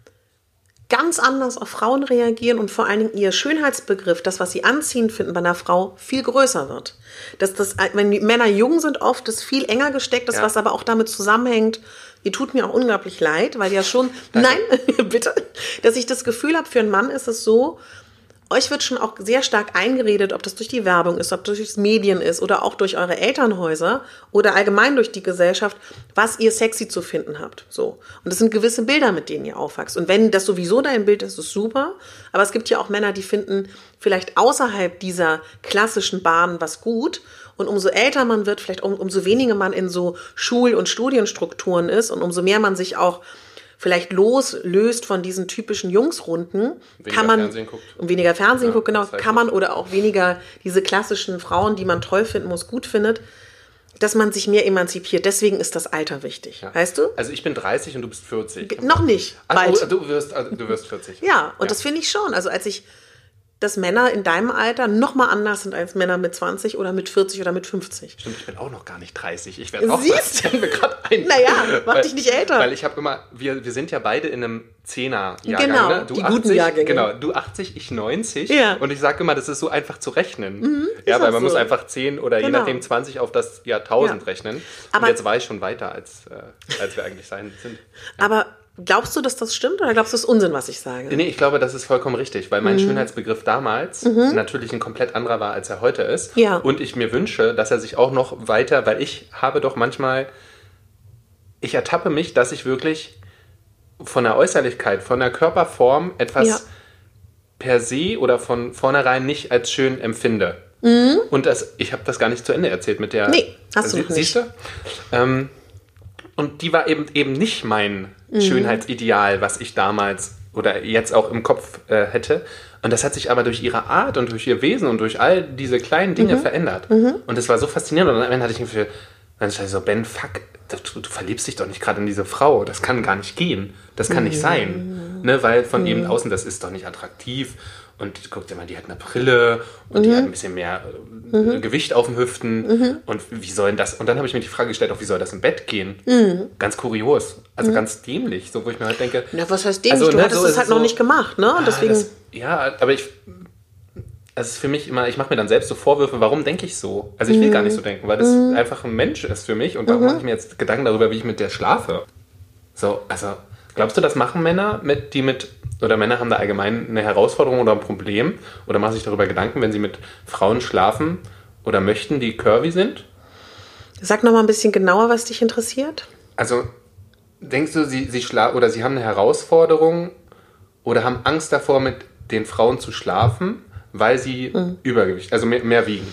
ganz anders auf Frauen reagieren und vor allen Dingen ihr Schönheitsbegriff, das, was sie anziehend finden bei einer Frau, viel größer wird. Wenn die Männer jung sind, oft das viel enger gesteckt ist, was aber auch damit zusammenhängt, ihr tut mir auch unglaublich leid, weil ja schon, nein, bitte, dass ich das Gefühl habe, für einen Mann ist es so, euch wird schon auch sehr stark eingeredet, ob das durch die Werbung ist, ob das durch Medien ist oder auch durch eure Elternhäuser oder allgemein durch die Gesellschaft, was ihr sexy zu finden habt. So. Und das sind gewisse Bilder, mit denen ihr aufwachst. Und wenn das sowieso dein Bild ist, ist es super. Aber es gibt ja auch Männer, die finden vielleicht außerhalb dieser klassischen Bahnen was gut. Und umso älter man wird, vielleicht umso weniger man in so Schul- und Studienstrukturen ist und umso mehr man sich auch vielleicht loslöst von diesen typischen Jungsrunden, weniger Fernsehen guckt, genau, kann man oder auch weniger diese klassischen Frauen, die man toll finden muss, gut findet, dass man sich mehr emanzipiert. Deswegen ist das Alter wichtig, weißt du? Also ich bin 30 und du bist 40. Noch nicht, bald. Du wirst 40. Ja, und das finde ich schon. Also dass Männer in deinem Alter noch mal anders sind als Männer mit 20 oder mit 40 oder mit 50. Stimmt, ich bin auch noch gar nicht 30. Ich werde auch 30. Fällt mir gerade ein. Naja, mach dich nicht älter. Weil ich habe immer, wir sind ja beide in einem 10er-Jahrgang. Genau, ne? die guten Jahrgänge. Genau, du 80, ich 90. Ja. Und ich sage immer, das ist so einfach zu rechnen. Ja, weil man muss einfach 10 oder je nachdem 20 auf das Jahrtausend rechnen. Aber und jetzt war ich schon weiter, als wir eigentlich sind. Ja. Aber glaubst du, dass das stimmt oder glaubst du, das ist Unsinn, was ich sage? Nee, ich glaube, das ist vollkommen richtig, weil mein Schönheitsbegriff damals natürlich ein komplett anderer war, als er heute ist. Ja. Und ich mir wünsche, dass er sich auch noch weiter, weil ich ertappe mich, dass ich wirklich von der Äußerlichkeit, von der Körperform etwas per se oder von vornherein nicht als schön empfinde. Und ich habe das gar nicht zu Ende erzählt mit der... Nee, hast du nicht. Siehst du? Und die war eben nicht mein Schönheitsideal, was ich damals oder jetzt auch im Kopf hätte. Und das hat sich aber durch ihre Art und durch ihr Wesen und durch all diese kleinen Dinge verändert. Und das war so faszinierend. Und am Ende hatte ich mir so, Ben, fuck, du verliebst dich doch nicht gerade in diese Frau. Das kann gar nicht gehen. Das kann nicht sein. Ne? Weil von eben außen, das ist doch nicht attraktiv. Und guck dir mal, die hat eine Brille und die hat ein bisschen mehr Gewicht auf den Hüften. Und wie soll denn das? Und dann habe ich mir die Frage gestellt, wie soll das im Bett gehen? Ganz kurios, also ganz dämlich, so wo ich mir halt denke. Na, was heißt dämlich? Du hattest es halt noch nicht gemacht, ne? Deswegen. Aber es ist für mich immer, ich mache mir dann selbst so Vorwürfe, warum denke ich so? Also ich will gar nicht so denken, weil das einfach ein Mensch ist für mich und warum mache ich mir jetzt Gedanken darüber, wie ich mit der schlafe? So, also glaubst du, das machen Männer, oder Männer haben da allgemein eine Herausforderung oder ein Problem oder machen sich darüber Gedanken, wenn sie mit Frauen schlafen oder möchten, die curvy sind? Sag noch mal ein bisschen genauer, was dich interessiert. Also denkst du, sie haben eine Herausforderung oder haben Angst davor, mit den Frauen zu schlafen, weil sie Übergewicht, also mehr wiegen?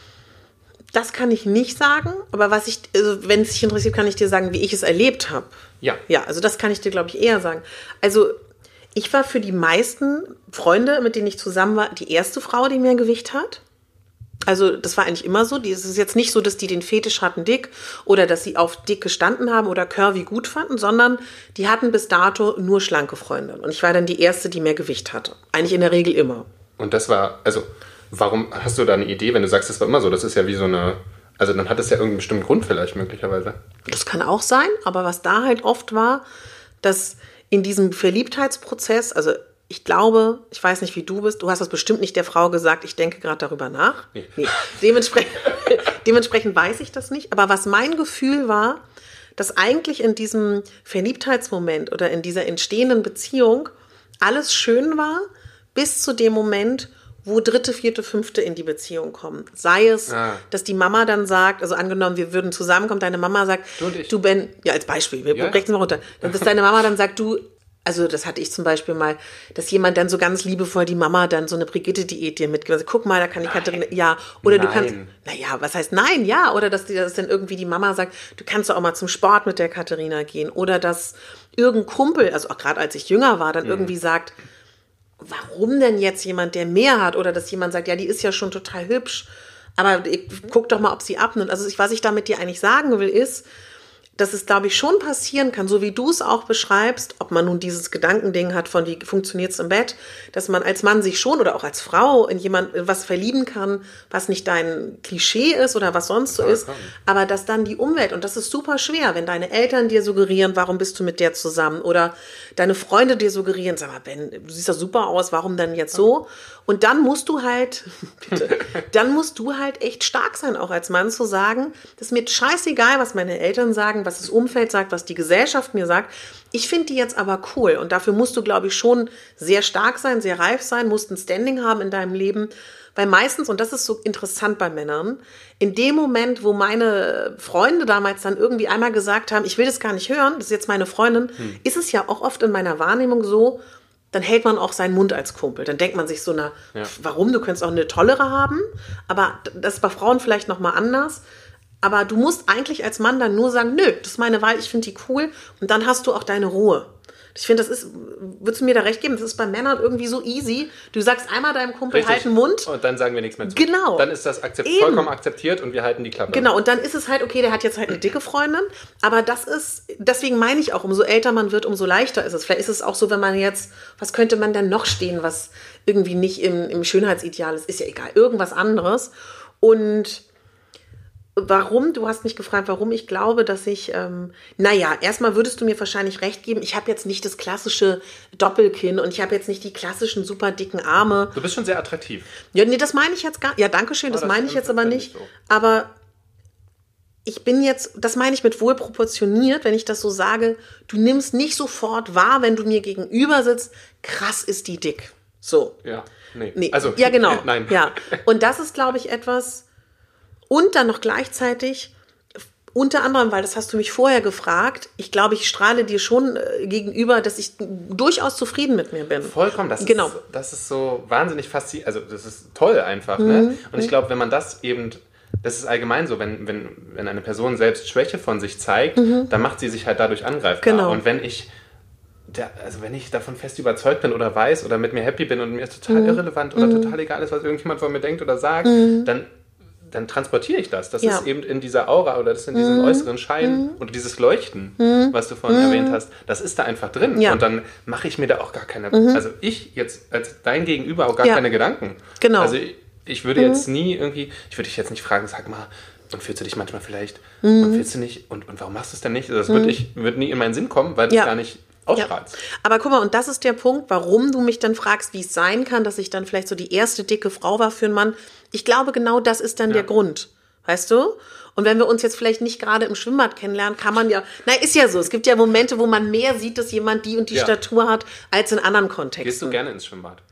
Das kann ich nicht sagen, aber wenn es dich interessiert, kann ich dir sagen, wie ich es erlebt habe. Ja. Ja, also das kann ich dir, glaube ich, eher sagen. Also ich war für die meisten Freunde, mit denen ich zusammen war, die erste Frau, die mehr Gewicht hat. Also das war eigentlich immer so. Es ist jetzt nicht so, dass die den Fetisch hatten dick oder dass sie auf dick gestanden haben oder curvy gut fanden, sondern die hatten bis dato nur schlanke Freundinnen. Und ich war dann die erste, die mehr Gewicht hatte. Eigentlich in der Regel immer. Und das war, also warum hast du da eine Idee, wenn du sagst, das war immer so? Das ist ja wie so eine, also dann hat es ja irgendeinen bestimmten Grund vielleicht möglicherweise. Das kann auch sein, aber was da halt oft war, dass in diesem Verliebtheitsprozess, also ich glaube, ich weiß nicht, wie du bist, du hast das bestimmt nicht der Frau gesagt, ich denke gerade darüber nach. Nee. Dementsprechend weiß ich das nicht. Aber was mein Gefühl war, dass eigentlich in diesem Verliebtheitsmoment oder in dieser entstehenden Beziehung alles schön war, bis zu dem Moment, wo 3., 4., 5. in die Beziehung kommen. Sei es, dass die Mama dann sagt, also angenommen, wir würden zusammenkommen, deine Mama sagt, du Ben, ja als Beispiel, wir brechen es mal runter, dass deine Mama dann sagt, also das hatte ich zum Beispiel mal, dass jemand dann so ganz liebevoll die Mama dann so eine Brigitte-Diät dir mitgibt. Guck mal, da kann die Katharina, oder du kannst, was heißt nein, oder dass dann irgendwie die Mama sagt, du kannst doch auch mal zum Sport mit der Katharina gehen. Oder dass irgendein Kumpel, also auch gerade als ich jünger war, dann irgendwie sagt, warum denn jetzt jemand, der mehr hat? Oder dass jemand sagt, ja, die ist ja schon total hübsch, Aber guck doch mal, ob sie abnimmt. Also was ich damit dir eigentlich sagen will, ist, dass es, glaube ich, schon passieren kann, so wie du es auch beschreibst, ob man nun dieses Gedankending hat von, wie funktioniert es im Bett, dass man als Mann sich schon oder auch als Frau in was verlieben kann, was nicht dein Klischee ist oder was sonst so ist, aber dass dann die Umwelt, und das ist super schwer, wenn deine Eltern dir suggerieren, warum bist du mit der zusammen, oder deine Freunde dir suggerieren, sag mal, Ben, du siehst doch super aus, warum denn jetzt so? Und dann musst du halt, echt stark sein, auch als Mann zu sagen, das ist mir scheißegal, was meine Eltern sagen, was das Umfeld sagt, was die Gesellschaft mir sagt. Ich finde die jetzt aber cool. Und dafür musst du, glaube ich, schon sehr stark sein, sehr reif sein, musst ein Standing haben in deinem Leben. Weil meistens, und das ist so interessant bei Männern, in dem Moment, wo meine Freunde damals dann irgendwie einmal gesagt haben, ich will das gar nicht hören, das ist jetzt meine Freundin, ist es ja auch oft in meiner Wahrnehmung so, dann hält man auch seinen Mund als Kumpel. Dann denkt man sich so, warum? Du könntest auch eine tollere haben. Aber das ist bei Frauen vielleicht nochmal anders. Aber du musst eigentlich als Mann dann nur sagen, nö, das ist meine Wahl, ich finde die cool. Und dann hast du auch deine Ruhe. Ich finde, würdest du mir da recht geben, das ist bei Männern irgendwie so easy. Du sagst einmal deinem Kumpel, halt den Mund. Und dann sagen wir nichts mehr zu. Genau. Dann ist das vollkommen akzeptiert und wir halten die Klappe. Genau, und dann ist es halt, okay, der hat jetzt halt eine dicke Freundin. Aber deswegen meine ich auch, umso älter man wird, umso leichter ist es. Vielleicht ist es auch so, wenn man jetzt, was könnte man denn noch stehen, was irgendwie nicht im Schönheitsideal ist, ist ja egal, irgendwas anderes. Und warum? Du hast mich gefragt, warum ich glaube, dass ich, erstmal würdest du mir wahrscheinlich recht geben, ich habe jetzt nicht das klassische Doppelkinn und ich habe jetzt nicht die klassischen super dicken Arme. Du bist schon sehr attraktiv. Ja, nee, das meine ich jetzt gar nicht. Ja, danke schön, das meine ich jetzt aber nicht. So. Aber ich bin jetzt, das meine ich mit wohl proportioniert, wenn ich das so sage, du nimmst nicht sofort wahr, wenn du mir gegenüber sitzt, krass ist die dick. So. Ja, nee. Also, ja, genau. Nein. Ja. Und das ist, glaube ich, etwas. Und dann noch gleichzeitig, unter anderem, weil das hast du mich vorher gefragt, ich glaube, ich strahle dir schon gegenüber, dass ich durchaus zufrieden mit mir bin. Vollkommen, das ist so wahnsinnig faszinierend, also das ist toll einfach. Ne? Und ich glaube, wenn man das eben, das ist allgemein so, wenn eine Person selbst Schwäche von sich zeigt, dann macht sie sich halt dadurch angreifbar. Genau. Und wenn ich davon fest überzeugt bin oder weiß oder mit mir happy bin und mir ist total irrelevant oder total egal ist, was irgendjemand von mir denkt oder sagt, dann transportiere ich das. Das ist eben in dieser Aura oder das in diesem äußeren Schein oder dieses Leuchten, was du vorhin erwähnt hast, das ist da einfach drin. Ja. Und dann mache ich mir da auch gar keine, also ich jetzt als dein Gegenüber auch gar keine Gedanken. Genau. Also ich würde jetzt nie irgendwie, ich würde dich jetzt nicht fragen, sag mal, und fühlst du dich manchmal vielleicht und fühlst du nicht und warum machst du es denn nicht? Also das würde nie in meinen Sinn kommen, weil du es gar nicht ausstrahlst. Ja. Aber guck mal, und das ist der Punkt, warum du mich dann fragst, wie es sein kann, dass ich dann vielleicht so die erste dicke Frau war für einen Mann. Ich glaube, genau das ist dann der Grund. Weißt du? Und wenn wir uns jetzt vielleicht nicht gerade im Schwimmbad kennenlernen, kann man ist ja so. Es gibt ja Momente, wo man mehr sieht, dass jemand die und die Statur hat, als in anderen Kontexten. Gehst du gerne ins Schwimmbad?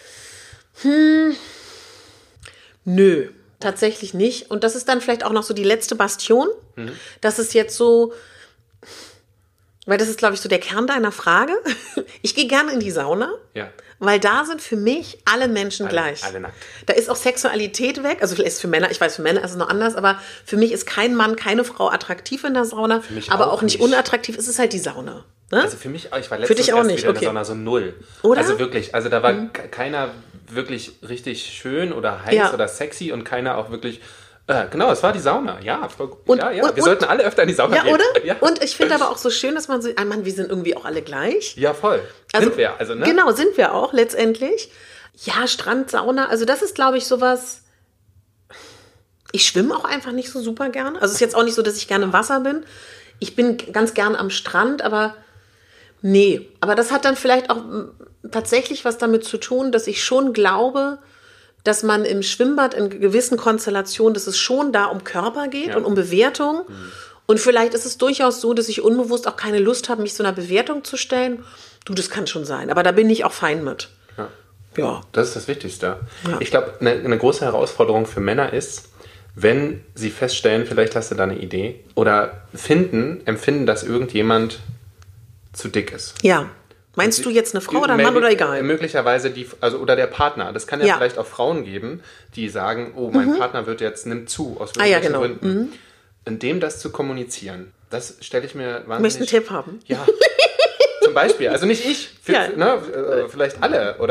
Nö, tatsächlich nicht. Und das ist dann vielleicht auch noch so die letzte Bastion. Das ist jetzt so, weil das ist, glaube ich, so der Kern deiner Frage. Ich gehe gerne in die Sauna. Ja. Weil da sind für mich alle Menschen gleich. Alle nackt. Da ist auch Sexualität weg. Also vielleicht ist für Männer, ich weiß, für Männer ist es noch anders, aber für mich ist kein Mann, keine Frau attraktiv in der Sauna, aber auch nicht unattraktiv. Es ist halt die Sauna. Ne? Also für mich, ich war letztens erst wieder in der Sauna so 0. Oder? Also wirklich, also da war keiner wirklich richtig schön oder heiß oder sexy und keiner auch wirklich... Genau, es war die Sauna. Ja, voll gut. Wir sollten alle öfter in die Sauna gehen. Oder? Ja. Und ich finde aber auch so schön, dass man so, Mann, wir sind irgendwie auch alle gleich. Ja, voll. Sind wir. Also, ne? Genau, sind wir auch letztendlich. Ja, Strand, Sauna, also das ist, glaube ich, sowas. Ich schwimme auch einfach nicht so super gerne. Also es ist jetzt auch nicht so, dass ich gerne im Wasser bin. Ich bin ganz gern am Strand, aber nee. Aber das hat dann vielleicht auch tatsächlich was damit zu tun, dass ich schon glaube, dass man im Schwimmbad in gewissen Konstellationen, dass es schon da um Körper geht und um Bewertung. Und vielleicht ist es durchaus so, dass ich unbewusst auch keine Lust habe, mich so einer Bewertung zu stellen. Du, das kann schon sein. Aber da bin ich auch fein mit. Ja. Das ist das Wichtigste. Ja. Ich glaube, eine große Herausforderung für Männer ist, wenn sie feststellen, vielleicht hast du da eine Idee, oder empfinden, dass irgendjemand zu dick ist. Ja. Meinst du jetzt eine Frau oder ein Mann oder egal? Möglicherweise oder der Partner. Das kann ja vielleicht auch Frauen geben, die sagen, oh, mein Partner nimmt zu, aus irgendwelchen Gründen. In dem das zu kommunizieren, das stelle ich mir wahnsinnig... Du möchtest einen Tipp haben? Ja, zum Beispiel. Also nicht ich, vielleicht alle. Oder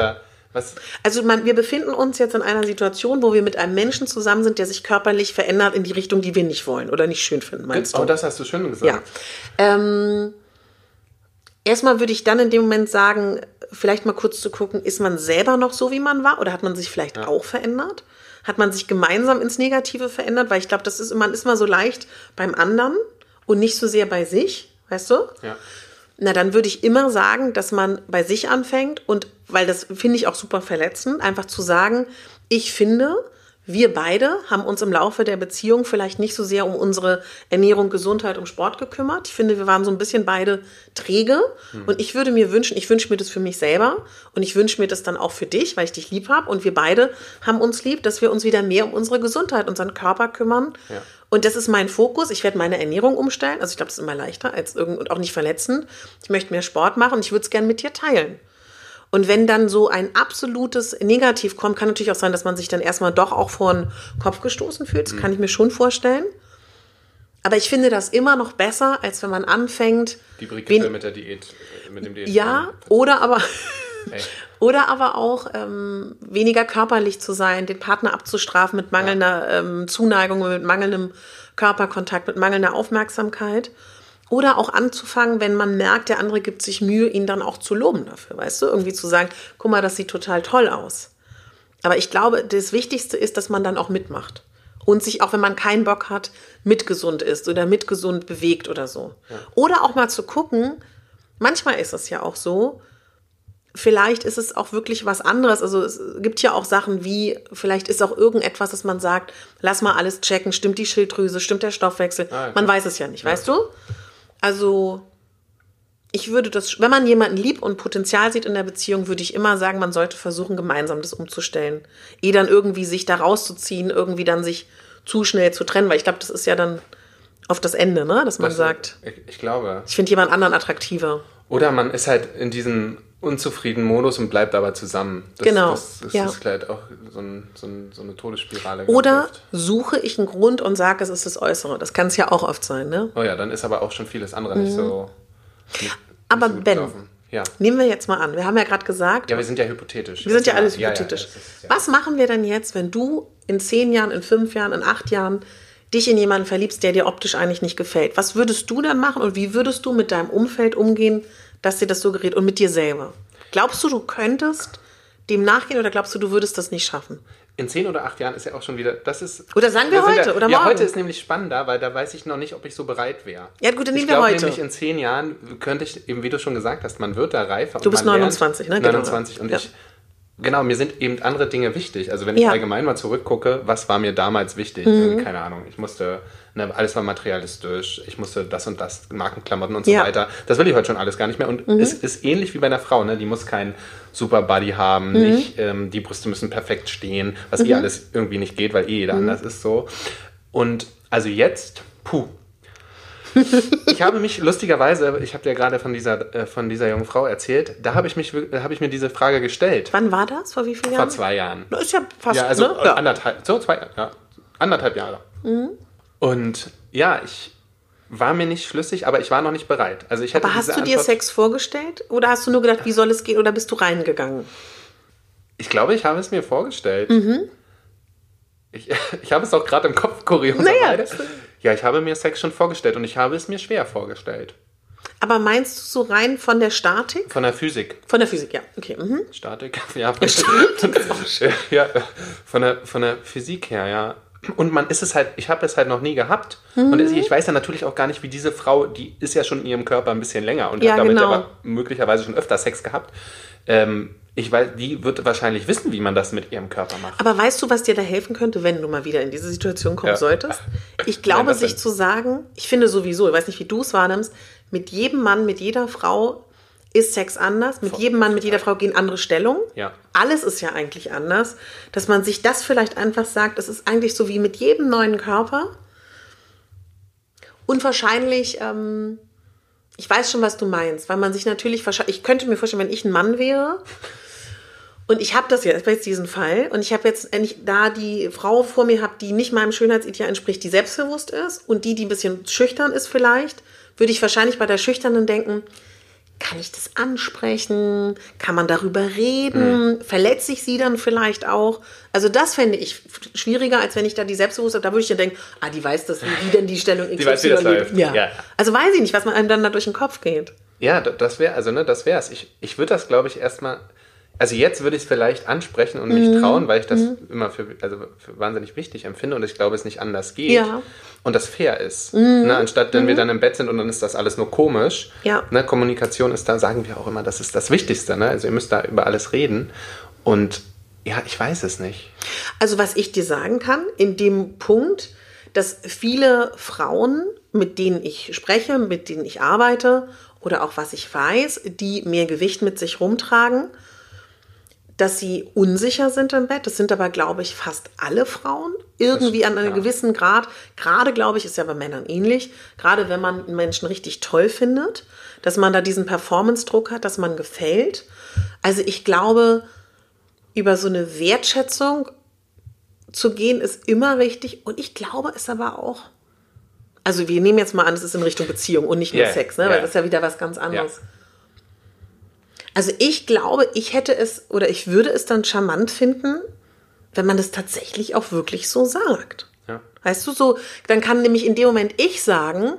Also wir befinden uns jetzt in einer Situation, wo wir mit einem Menschen zusammen sind, der sich körperlich verändert in die Richtung, die wir nicht wollen oder nicht schön finden, meinst du? Oh, das hast du schön gesagt. Ja. Erstmal würde ich dann in dem Moment sagen, vielleicht mal kurz zu gucken, ist man selber noch so, wie man war? Oder hat man sich vielleicht auch verändert? Hat man sich gemeinsam ins Negative verändert? Weil ich glaube, man ist mal so leicht beim anderen und nicht so sehr bei sich, weißt du? Ja. Na, dann würde ich immer sagen, dass man bei sich anfängt und, weil das finde ich auch super verletzend, einfach zu sagen, ich finde, wir beide haben uns im Laufe der Beziehung vielleicht nicht so sehr um unsere Ernährung, Gesundheit, um Sport gekümmert. Ich finde, wir waren so ein bisschen beide träge. Und ich würde mir wünschen, ich wünsche mir das für mich selber und ich wünsche mir das dann auch für dich, weil ich dich lieb habe. Und wir beide haben uns lieb, dass wir uns wieder mehr um unsere Gesundheit, unseren Körper kümmern. Ja. Und das ist mein Fokus. Ich werde meine Ernährung umstellen. Also ich glaube, das ist immer leichter als und auch nicht verletzend. Ich möchte mehr Sport machen und ich würde es gerne mit dir teilen. Und wenn dann so ein absolutes Negativ kommt, kann natürlich auch sein, dass man sich dann erstmal doch auch vor den Kopf gestoßen fühlt. Das kann ich mir schon vorstellen. Aber ich finde das immer noch besser, als wenn man anfängt... Die Brigitte mit der Diät, mit dem Diät. Ja, oder aber auch weniger körperlich zu sein, den Partner abzustrafen mit mangelnder Zuneigung, mit mangelndem Körperkontakt, mit mangelnder Aufmerksamkeit. Oder auch anzufangen, wenn man merkt, der andere gibt sich Mühe, ihn dann auch zu loben dafür, weißt du? Irgendwie zu sagen, guck mal, das sieht total toll aus. Aber ich glaube, das Wichtigste ist, dass man dann auch mitmacht. Und sich auch, wenn man keinen Bock hat, mitgesund isst oder mitgesund bewegt oder so. Ja. Oder auch mal zu gucken, manchmal ist es ja auch so, vielleicht ist es auch wirklich was anderes. Also es gibt ja auch Sachen wie, vielleicht ist auch irgendetwas, dass man sagt, lass mal alles checken, stimmt die Schilddrüse, stimmt der Stoffwechsel? Ah, okay. Man weiß es ja nicht, weißt du? Also ich würde das, wenn man jemanden liebt und Potenzial sieht in der Beziehung, würde ich immer sagen, man sollte versuchen, gemeinsam das umzustellen. Dann irgendwie sich da rauszuziehen, irgendwie dann sich zu schnell zu trennen, weil ich glaube, das ist ja dann auf das Ende, ne? Dass man sagt, ich glaube. Ich finde jemand anderen attraktiver. Oder man ist halt in diesem unzufriedenen Modus und bleibt aber zusammen. Das ist halt auch so eine Todesspirale. Oder suche ich einen Grund und sage, es ist das Äußere. Das kann es ja auch oft sein, ne? Oh ja, dann ist aber auch schon vieles andere nicht so. Aber Ben, nehmen wir jetzt mal an. Wir haben ja gerade gesagt. Ja, wir sind ja hypothetisch. Wir sind ja alles hypothetisch. Was machen wir denn jetzt, wenn du in 10 Jahren, in 5 Jahren, in 8 Jahren dich in jemanden verliebst, der dir optisch eigentlich nicht gefällt? Was würdest du dann machen und wie würdest du mit deinem Umfeld umgehen, dass dir das so gerät und mit dir selber? Glaubst du könntest dem nachgehen oder glaubst du, du würdest das nicht schaffen? In 10 oder 8 Jahren ist ja auch schon wieder, das ist... Oder sagen wir heute oder morgen. Ja, heute ist nämlich spannender, weil da weiß ich noch nicht, ob ich so bereit wäre. Ja gut, dann nehmen wir heute. Ich glaube nämlich in 10 Jahren könnte ich, eben wie du schon gesagt hast, man wird da reifer. Du bist 29, ne? 29 und Genau, mir sind eben andere Dinge wichtig. Also wenn ich allgemein mal zurückgucke, was war mir damals wichtig? Keine Ahnung, ich musste, alles war materialistisch, ich musste das und das, Markenklamotten und so weiter. Das will ich heute schon alles gar nicht mehr. Und es ist ähnlich wie bei einer Frau, ne? Die muss kein Super Body haben, nicht, die Brüste müssen perfekt stehen, was alles irgendwie nicht geht, weil jeder anders ist so. Und also jetzt, Ich habe mich lustigerweise, ich habe dir gerade von dieser jungen Frau erzählt, da habe ich mir diese Frage gestellt. Wann war das? Vor wie vielen Jahren? Vor 2 Jahren. Das ist ja fast, ja, also anderthalb Jahre. Und ja, ich war mir nicht schlüssig, aber ich war noch nicht bereit. Also ich hatte aber hast du dir Sex vorgestellt oder hast du nur gedacht, wie soll es gehen oder bist du reingegangen? Ich glaube, ich habe es mir vorgestellt. Ich habe es auch gerade im Kopf, kurioserweise. Ja, ich habe mir Sex schon vorgestellt und ich habe es mir schwer vorgestellt. Aber meinst du so rein von der Statik? Von der Physik. Von der Physik, ja. Okay. Statik, ja. Ja, von der Physik her, ja. Und ich habe es halt noch nie gehabt. Und ich weiß ja natürlich auch gar nicht, wie diese Frau, die ist ja schon in ihrem Körper ein bisschen länger und hat damit aber möglicherweise schon öfter Sex gehabt. Ich weiß, die wird wahrscheinlich wissen, wie man das mit ihrem Körper macht. Aber weißt du, was dir da helfen könnte, wenn du mal wieder in diese Situation kommen solltest? Ich glaube, sich zu sagen, ich finde sowieso, ich weiß nicht, wie du es wahrnimmst, mit jedem Mann, mit jeder Frau ist Sex anders. Mit jedem Mann, mit jeder Frau gehen andere Stellungen. Ja. Alles ist ja eigentlich anders. Dass man sich das vielleicht einfach sagt, es ist eigentlich so wie mit jedem neuen Körper. Und wahrscheinlich, ich weiß schon, was du meinst, weil man sich natürlich, ich könnte mir vorstellen, wenn ich ein Mann wäre und ich habe das jetzt diesen Fall und ich habe jetzt da die Frau vor mir habe, die nicht meinem Schönheitsideal entspricht, die selbstbewusst ist und die ein bisschen schüchtern ist vielleicht, würde ich wahrscheinlich bei der Schüchternen denken, kann ich das ansprechen? Kann man darüber reden? Verletze ich sie dann vielleicht auch? Also das fände ich schwieriger, als wenn ich da die Selbstbewusstheit, da würde ich ja denken, die weiß das, wie denn die Stellung XY die weiß, wie das läuft. Ja. Also weiß ich nicht, was man einem dann da durch den Kopf geht. Ja, das wäre, also das wär's. Ich würde das, glaube ich, erstmal, also jetzt würde ich es vielleicht ansprechen und mich trauen, weil ich das immer für wahnsinnig wichtig empfinde und ich glaube, es nicht anders geht. Ja. Und das fair ist. Ne, anstatt, wenn wir dann im Bett sind und dann ist das alles nur komisch. Ja. Ne, Kommunikation ist da, sagen wir auch immer, das ist das Wichtigste. Ne? Also ihr müsst da über alles reden. Und ja, ich weiß es nicht. Also was ich dir sagen kann, in dem Punkt, dass viele Frauen, mit denen ich spreche, mit denen ich arbeite oder auch was ich weiß, die mehr Gewicht mit sich rumtragen, dass sie unsicher sind im Bett. Das sind aber, glaube ich, fast alle Frauen. Irgendwie an einem gewissen Grad. Gerade, glaube ich, ist ja bei Männern ähnlich. Gerade wenn man einen Menschen richtig toll findet, dass man da diesen Performance-Druck hat, dass man gefällt. Also ich glaube, über so eine Wertschätzung zu gehen, ist immer richtig. Und ich glaube es aber auch. Also wir nehmen jetzt mal an, es ist in Richtung Beziehung und nicht nur Sex, ne? Weil das ist ja wieder was ganz anderes. Yeah. Also ich glaube, ich würde es dann charmant finden, wenn man das tatsächlich auch wirklich so sagt. Ja. Weißt du, so, dann kann nämlich in dem Moment ich sagen,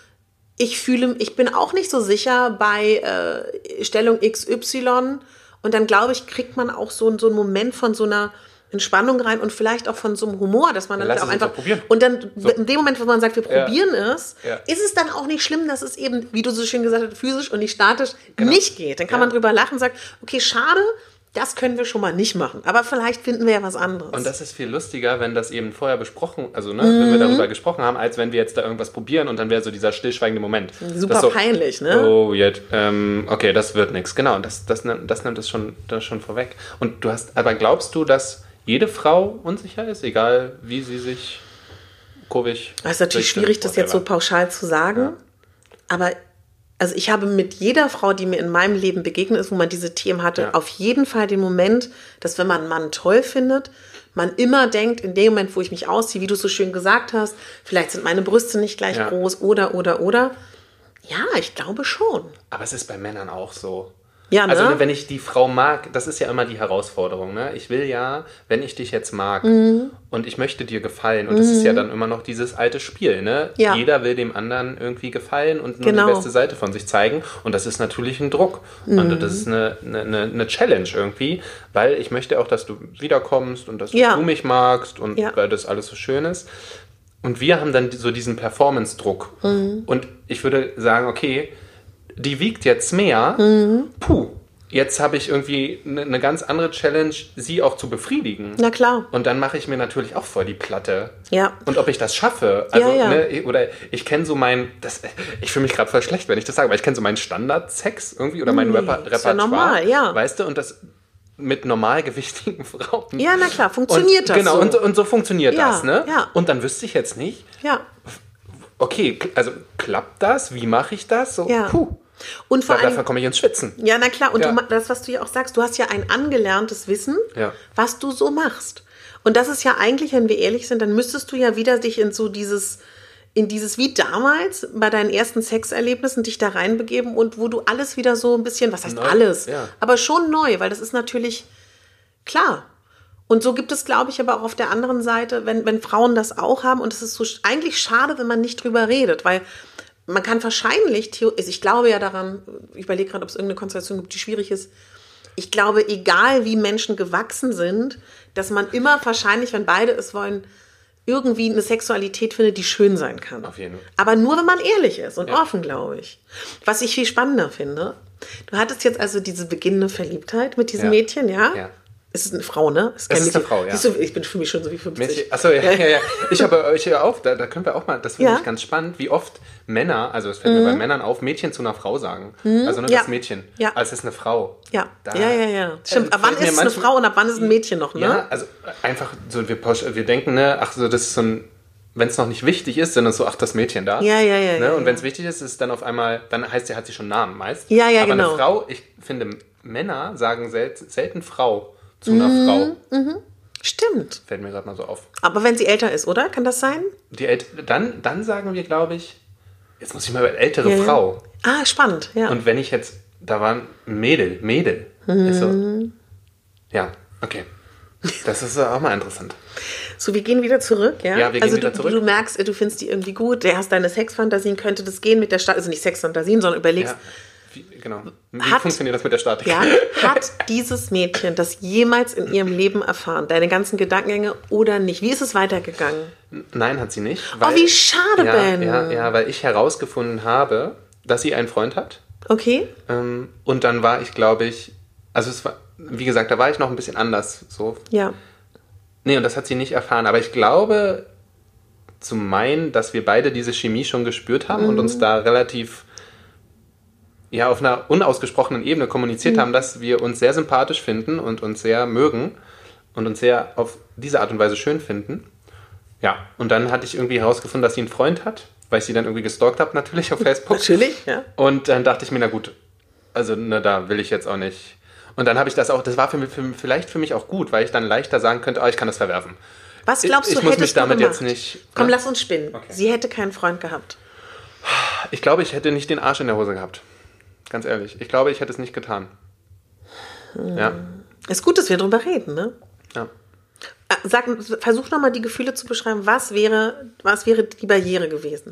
ich bin auch nicht so sicher bei Stellung XY und dann glaube ich, kriegt man auch so einen Moment von so einer Entspannung rein und vielleicht auch von so einem Humor, dass man dann auch einfach probieren. Und dann so. In dem Moment, wo man sagt, wir probieren es, ist es dann auch nicht schlimm, dass es eben, wie du so schön gesagt hast, physisch und nicht statisch nicht geht. Dann kann man drüber lachen und sagen, okay, schade, das können wir schon mal nicht machen. Aber vielleicht finden wir ja was anderes. Und das ist viel lustiger, wenn das eben vorher besprochen, also wenn wir darüber gesprochen haben, als wenn wir jetzt da irgendwas probieren und dann wäre so dieser stillschweigende Moment. Super so, peinlich, ne? Oh, jetzt, okay, das wird nichts. Genau, das nimmt das schon vorweg. Und aber glaubst du, dass jede Frau unsicher ist, egal wie sie sich kurvig... Es ist natürlich schwierig, das jetzt so pauschal zu sagen, ja. Aber also ich habe mit jeder Frau, die mir in meinem Leben begegnet ist, wo man diese Themen hatte, auf jeden Fall den Moment, dass wenn man einen Mann toll findet, man immer denkt, in dem Moment, wo ich mich ausziehe, wie du so schön gesagt hast, vielleicht sind meine Brüste nicht gleich groß oder. Ja, ich glaube schon. Aber es ist bei Männern auch so. Ja, ne? Also wenn ich die Frau mag, das ist ja immer die Herausforderung. Ne? Ich will ja, wenn ich dich jetzt mag und ich möchte dir gefallen, und das ist ja dann immer noch dieses alte Spiel. Ne? Ja. Jeder will dem anderen irgendwie gefallen und nur die beste Seite von sich zeigen. Und das ist natürlich ein Druck. Und das ist eine Challenge irgendwie, weil ich möchte auch, dass du wiederkommst und dass du mich magst und weil das alles so schön ist. Und wir haben dann so diesen Performance-Druck. Und ich würde sagen, okay, die wiegt jetzt mehr, jetzt habe ich irgendwie eine ganz andere Challenge, sie auch zu befriedigen. Na klar. Und dann mache ich mir natürlich auch voll die Platte. Ja. Und ob ich das schaffe, also, ne, oder ich kenne so ich fühle mich gerade voll schlecht, wenn ich das sage, aber ich kenne so meinen Standard-Sex irgendwie oder mein Repertoire. Ist ja normal, ja. Weißt du, und das mit normalgewichtigen Frauen. Ja, na klar, funktioniert das genau, so. Und so funktioniert das, ne? Ja. Und dann wüsste ich jetzt nicht, okay, also klappt das? Wie mache ich das? So, Und vor allem, dafür komme ich ins Schwitzen. Ja, na klar. Und das, was du ja auch sagst, du hast ja ein angelerntes Wissen, was du so machst. Und das ist ja eigentlich, wenn wir ehrlich sind, dann müsstest du ja wieder dich in so dieses wie damals bei deinen ersten Sexerlebnissen dich da reinbegeben und wo du alles wieder so ein bisschen, was heißt neu, alles, aber schon neu, weil das ist natürlich klar. Und so gibt es, glaube ich, aber auch auf der anderen Seite, wenn Frauen das auch haben, und es ist so eigentlich schade, wenn man nicht drüber redet, weil man kann wahrscheinlich, ich glaube ja daran, ich überlege gerade, ob es irgendeine Konstellation gibt, die schwierig ist. Ich glaube, egal wie Menschen gewachsen sind, dass man immer wahrscheinlich, wenn beide es wollen, irgendwie eine Sexualität findet, die schön sein kann. Auf jeden Fall. Aber nur, wenn man ehrlich ist und offen, glaube ich. Was ich viel spannender finde, du hattest jetzt also diese beginnende Verliebtheit mit diesem Mädchen, ja? Es ist eine Frau, ne? Es ist eine Frau, ja. Siehst du, ich bin für mich schon so wie 50. Achso, ja. Ich höre auf, da können wir auch mal, das finde ich ganz spannend, wie oft Männer, also es fällt mir bei Männern auf, Mädchen zu einer Frau sagen. Also nur das Mädchen. Ja. Also es ist eine Frau. Ja. Stimmt, ab wann ist es eine Frau und ab wann ist es ein Mädchen noch, ne? Ja, also einfach so, wir denken, ne, ach so, das ist so ein, wenn es noch nicht wichtig ist, dann ist so, ach, das Mädchen da. Ja. Ne? Und wenn es wichtig ist, ist es dann auf einmal, dann heißt sie, hat sie schon einen Namen meist. Ja, aber genau. eine Frau, ich finde, Männer sagen selten Frau zu einer Frau. Stimmt. Fällt mir gerade mal so auf. Aber wenn sie älter ist, oder? Kann das sein? Dann sagen wir, glaube ich, jetzt muss ich mal ältere Frau. Ah, spannend, ja. Und wenn ich jetzt da war ein Mädel. Ich so, ja, okay. Das ist auch mal interessant. So, wir gehen wieder zurück, ja? Ja, wir gehen wieder zurück. Du merkst, du findest die irgendwie gut, du hast deine Sexfantasien, könnte das gehen mit der Statik, also nicht Sexfantasien, sondern überlegst, genau. Wie funktioniert das mit der Statik? Ja, hat dieses Mädchen das jemals in ihrem Leben erfahren? Deine ganzen Gedankengänge oder nicht? Wie ist es weitergegangen? Nein, hat sie nicht. Weil, wie schade, Ben. Ja, weil ich herausgefunden habe, dass sie einen Freund hat. Okay. Und dann war ich, glaube ich, also es war, wie gesagt, da war ich noch ein bisschen anders. So. Ja. Nee, und das hat sie nicht erfahren. Aber ich glaube, zu meinen, dass wir beide diese Chemie schon gespürt haben und uns da relativ auf einer unausgesprochenen Ebene kommuniziert haben, dass wir uns sehr sympathisch finden und uns sehr mögen und uns sehr auf diese Art und Weise schön finden. Ja, und dann hatte ich irgendwie herausgefunden, dass sie einen Freund hat, weil ich sie dann irgendwie gestalkt habe, natürlich auf Facebook. Natürlich, ja. Und dann dachte ich mir, na gut, also da will ich jetzt auch nicht. Und dann habe ich das auch, das war vielleicht für mich auch gut, weil ich dann leichter sagen könnte, ich kann das verwerfen. Was glaubst du, ich muss mich hättest du damit gemacht? jetzt nicht... Komm, lass uns spinnen. Okay. Sie hätte keinen Freund gehabt. Ich glaube, ich hätte nicht den Arsch in der Hose gehabt. Ganz ehrlich. Ich glaube, ich hätte es nicht getan. Ja. Ist gut, dass wir drüber reden, ne? Ja. Versuch nochmal die Gefühle zu beschreiben. Was wäre die Barriere gewesen?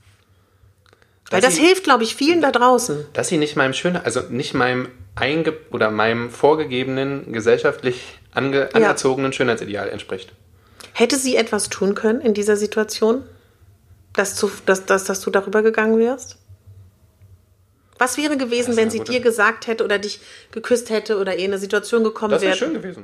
Weil das hilft, glaube ich, vielen da draußen. Dass sie nicht meinem meinem vorgegebenen, gesellschaftlich anerzogenen Schönheitsideal entspricht. Hätte sie etwas tun können in dieser Situation, dass du darüber gegangen wärst? Was wäre gewesen, wenn sie dir gesagt hätte oder dich geküsst hätte oder in eine Situation gekommen wäre? Das wäre schön gewesen.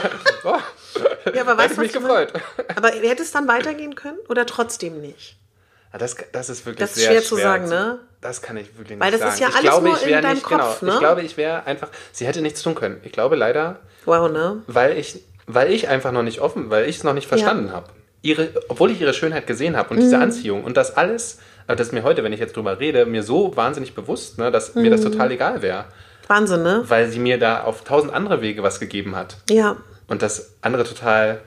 Ja, aber weißt du, was mich gefreut. Aber hätte es dann weitergehen können oder trotzdem nicht? Ja, das ist wirklich das ist sehr schwer zu sagen, ne? Das kann ich wirklich nicht sagen. Weil das ist ja alles nur in deinem Kopf, ne? Ich glaube, ich wäre einfach... Sie hätte nichts tun können. Ich glaube leider... Wow, ne? Weil ich einfach noch nicht weil ich es noch nicht verstanden habe. Obwohl ich ihre Schönheit gesehen habe und diese Anziehung und das alles... Aber das ist mir heute, wenn ich jetzt drüber rede, mir so wahnsinnig bewusst, ne, dass mir das total egal wäre. Wahnsinn, ne? Weil sie mir da auf 1000 andere Wege was gegeben hat. Ja. Und das andere total...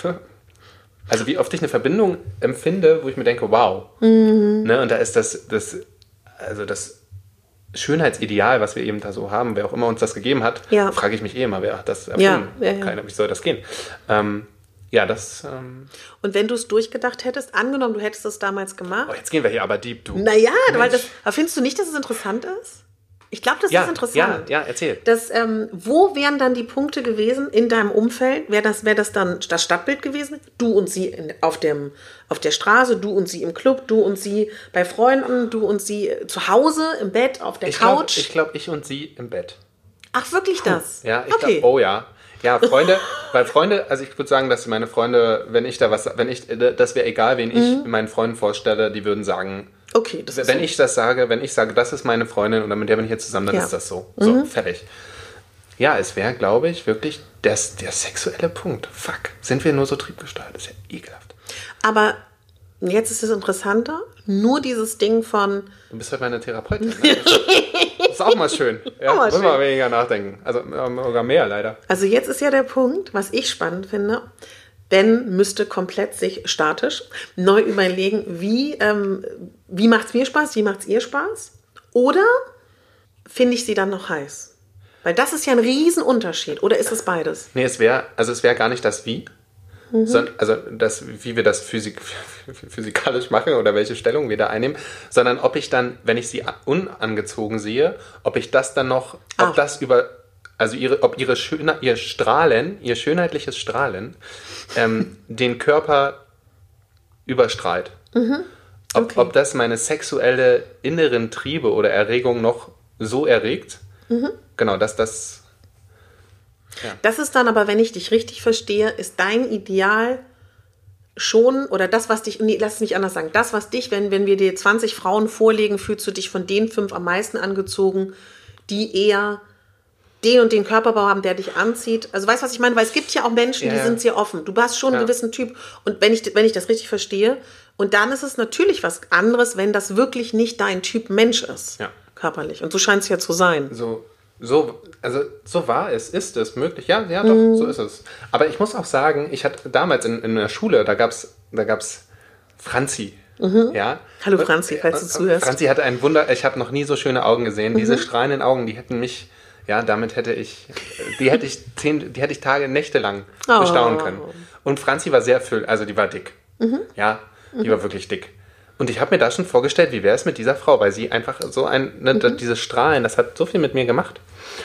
Also wie oft ich eine Verbindung empfinde, wo ich mir denke, wow. Ne, und da ist das Schönheitsideal, was wir eben da so haben, wer auch immer uns das gegeben hat, frage ich mich immer, wer hat das erfunden? Keiner, wie soll das gehen? Und wenn du es durchgedacht hättest, angenommen, du hättest es damals gemacht. Jetzt gehen wir hier aber deep, du. Naja, aber findest du nicht, dass es interessant ist? Ich glaube, das ist interessant. Ja, erzähl. Wo wären dann die Punkte gewesen in deinem Umfeld? Wäre das dann das Stadtbild gewesen? Du und sie auf der Straße, du und sie im Club, du und sie bei Freunden, du und sie zu Hause, im Bett, auf der Couch? Ich glaube, ich und sie im Bett. Ach, wirklich das? Ja, ich glaube, oh ja. Ja, Freunde, also ich würde sagen, dass meine Freunde, das wäre egal, wen ich meinen Freunden vorstelle, die würden sagen, okay, das ist wenn ich sage, das ist meine Freundin und mit der bin ich jetzt zusammen, dann ist das so. So, fertig. Ja, es wäre, glaube ich, wirklich der sexuelle Punkt. Fuck, sind wir nur so triebgesteuert? Das ist ja ekelhaft. Aber jetzt ist es interessanter, nur dieses Ding von... Du bist halt meine Therapeutin. Ne? Das ist auch mal schön. Ja, muss man weniger nachdenken. Also sogar mehr, leider. Also jetzt ist ja der Punkt, was ich spannend finde. Ben müsste komplett sich statisch neu überlegen, wie macht es mir Spaß, wie macht es ihr Spaß? Oder finde ich sie dann noch heiß? Weil das ist ja ein Riesenunterschied. Oder ist es beides? Nee, es wäre gar nicht das Wie. Also wie wir das physikalisch machen oder welche Stellung wir da einnehmen, sondern ob ich dann, wenn ich sie unangezogen sehe, ob ich das dann noch, ob ihr schönheitliches Strahlen den Körper überstrahlt. Ob das meine sexuelle inneren Triebe oder Erregung noch so erregt. Genau, dass das... Ja. Das ist dann aber, wenn ich dich richtig verstehe, ist dein Ideal schon, oder das, was dich, lass es mich anders sagen, das, was dich, wenn wir dir 20 Frauen vorlegen, fühlst du dich von den 5 am meisten angezogen, die eher den und den Körperbau haben, der dich anzieht. Also weißt du, was ich meine? Weil es gibt ja auch Menschen, die sind sehr offen. Du hast schon einen gewissen Typ. Und wenn ich das richtig verstehe, und dann ist es natürlich was anderes, wenn das wirklich nicht dein Typ Mensch ist, körperlich. Und so scheint es ja zu sein. So war es, ist es möglich. Ja, doch, so ist es. Aber ich muss auch sagen, ich hatte damals in der Schule, da gab's Franzi. Ja. Hallo Franzi, falls du zuhörst. Franzi hatte ein Wunder, ich habe noch nie so schöne Augen gesehen. Diese strahlenden Augen, die hätten mich, damit hätte ich Tage, Nächte lang bestaunen können. Und Franzi war sehr also die war dick. Ja, die war wirklich dick. Und ich habe mir da schon vorgestellt, wie wäre es mit dieser Frau, weil sie einfach so diese Strahlen, das hat so viel mit mir gemacht.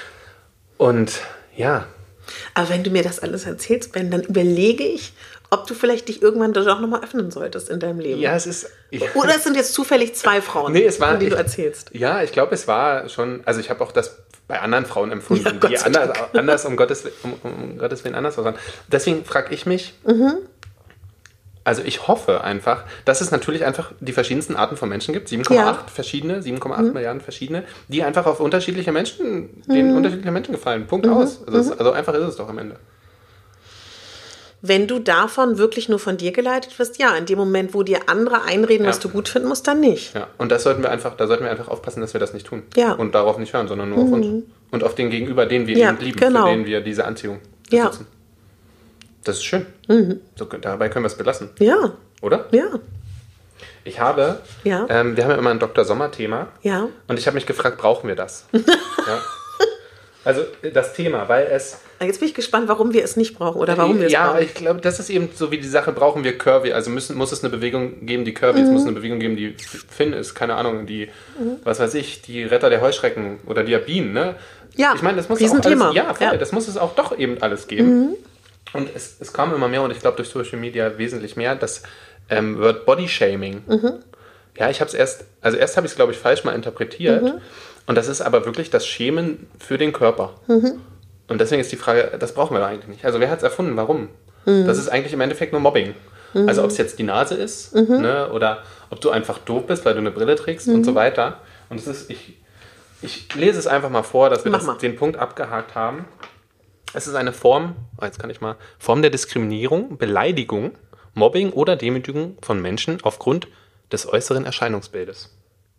Und ja. Aber wenn du mir das alles erzählst, Ben, dann überlege ich, ob du vielleicht dich irgendwann doch nochmal öffnen solltest in deinem Leben. Ja, es ist... Oder es sind jetzt zufällig 2 Frauen, von denen du erzählst. Ja, ich glaube, es war schon... Also ich habe auch das bei anderen Frauen empfunden, die anders um Gottes Willen anders waren. Deswegen frage ich mich... Also ich hoffe einfach, dass es natürlich einfach die verschiedensten Arten von Menschen gibt. 7,8 Milliarden verschiedene, die einfach auf unterschiedliche Menschen, denen unterschiedliche Menschen gefallen. Punkt aus. Also einfach ist es doch am Ende. Wenn du davon wirklich nur von dir geleitet wirst, ja, in dem Moment, wo dir andere einreden, was du gut finden musst, dann nicht. Ja, und da sollten wir einfach aufpassen, dass wir das nicht tun. Ja. Und darauf nicht hören, sondern nur auf uns. Und auf den Gegenüber, den wir eben lieben, für den wir diese Anziehung besitzen. Das ist schön. So, dabei können wir es belassen. Ja. Oder? Ja. Wir haben ja immer ein Dr. Sommer-Thema. Ja. Und ich habe mich gefragt, brauchen wir das? Ja. Also das Thema, weil es... Jetzt bin ich gespannt, warum wir es nicht brauchen oder warum wir es brauchen. Ja, ich glaube, das ist eben so wie die Sache, brauchen wir Curvy. Also muss es eine Bewegung geben, die Curvy ist, muss es eine Bewegung geben, die Finn ist, keine Ahnung, die, was weiß ich, die Retter der Heuschrecken oder die Bienen, ne? Ja, ich meine, das muss Riesenthema. Auch alles, voll, das muss es auch doch eben alles geben. Und es kam immer mehr und ich glaube durch Social Media wesentlich mehr, das Word Body Shaming. Ja, ich habe es erst habe ich es, glaube ich, falsch mal interpretiert. Und das ist aber wirklich das Schämen für den Körper. Und deswegen ist die Frage, das brauchen wir doch eigentlich nicht. Also wer hat es erfunden? Warum? Das ist eigentlich im Endeffekt nur Mobbing. Also ob es jetzt die Nase ist, ne, oder ob du einfach doof bist, weil du eine Brille trägst und so weiter. Und es ist, ich lese es einfach mal vor, dass wir den Punkt abgehakt haben. Es ist eine Form der Diskriminierung, Beleidigung, Mobbing oder Demütigung von Menschen aufgrund des äußeren Erscheinungsbildes.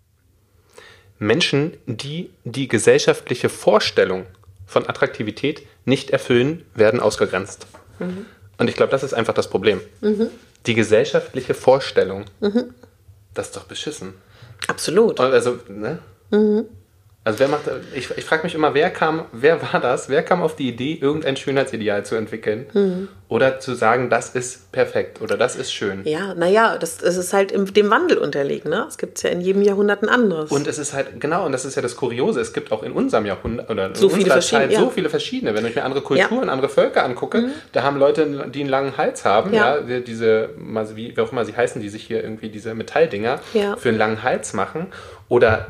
Menschen, die die gesellschaftliche Vorstellung von Attraktivität nicht erfüllen, werden ausgegrenzt. Und ich glaube, das ist einfach das Problem. Die gesellschaftliche Vorstellung, das ist doch beschissen. Absolut. Also, ne? Also ich frage mich immer, wer war das? Wer kam auf die Idee, irgendein Schönheitsideal zu entwickeln? Oder zu sagen, das ist perfekt oder das ist schön? Ja, naja, das ist halt dem Wandel unterlegen, ne? Es gibt ja in jedem Jahrhundert ein anderes. Und es ist halt, genau, und das ist ja das Kuriose, es gibt auch in unserem Jahrhundert oder in so unserer Zeit so viele verschiedene. Wenn ich mir andere Kulturen, andere Völker angucke, da haben Leute, die einen langen Hals haben, diese, wie auch immer sie heißen, die sich hier irgendwie diese Metalldinger für einen langen Hals machen. Oder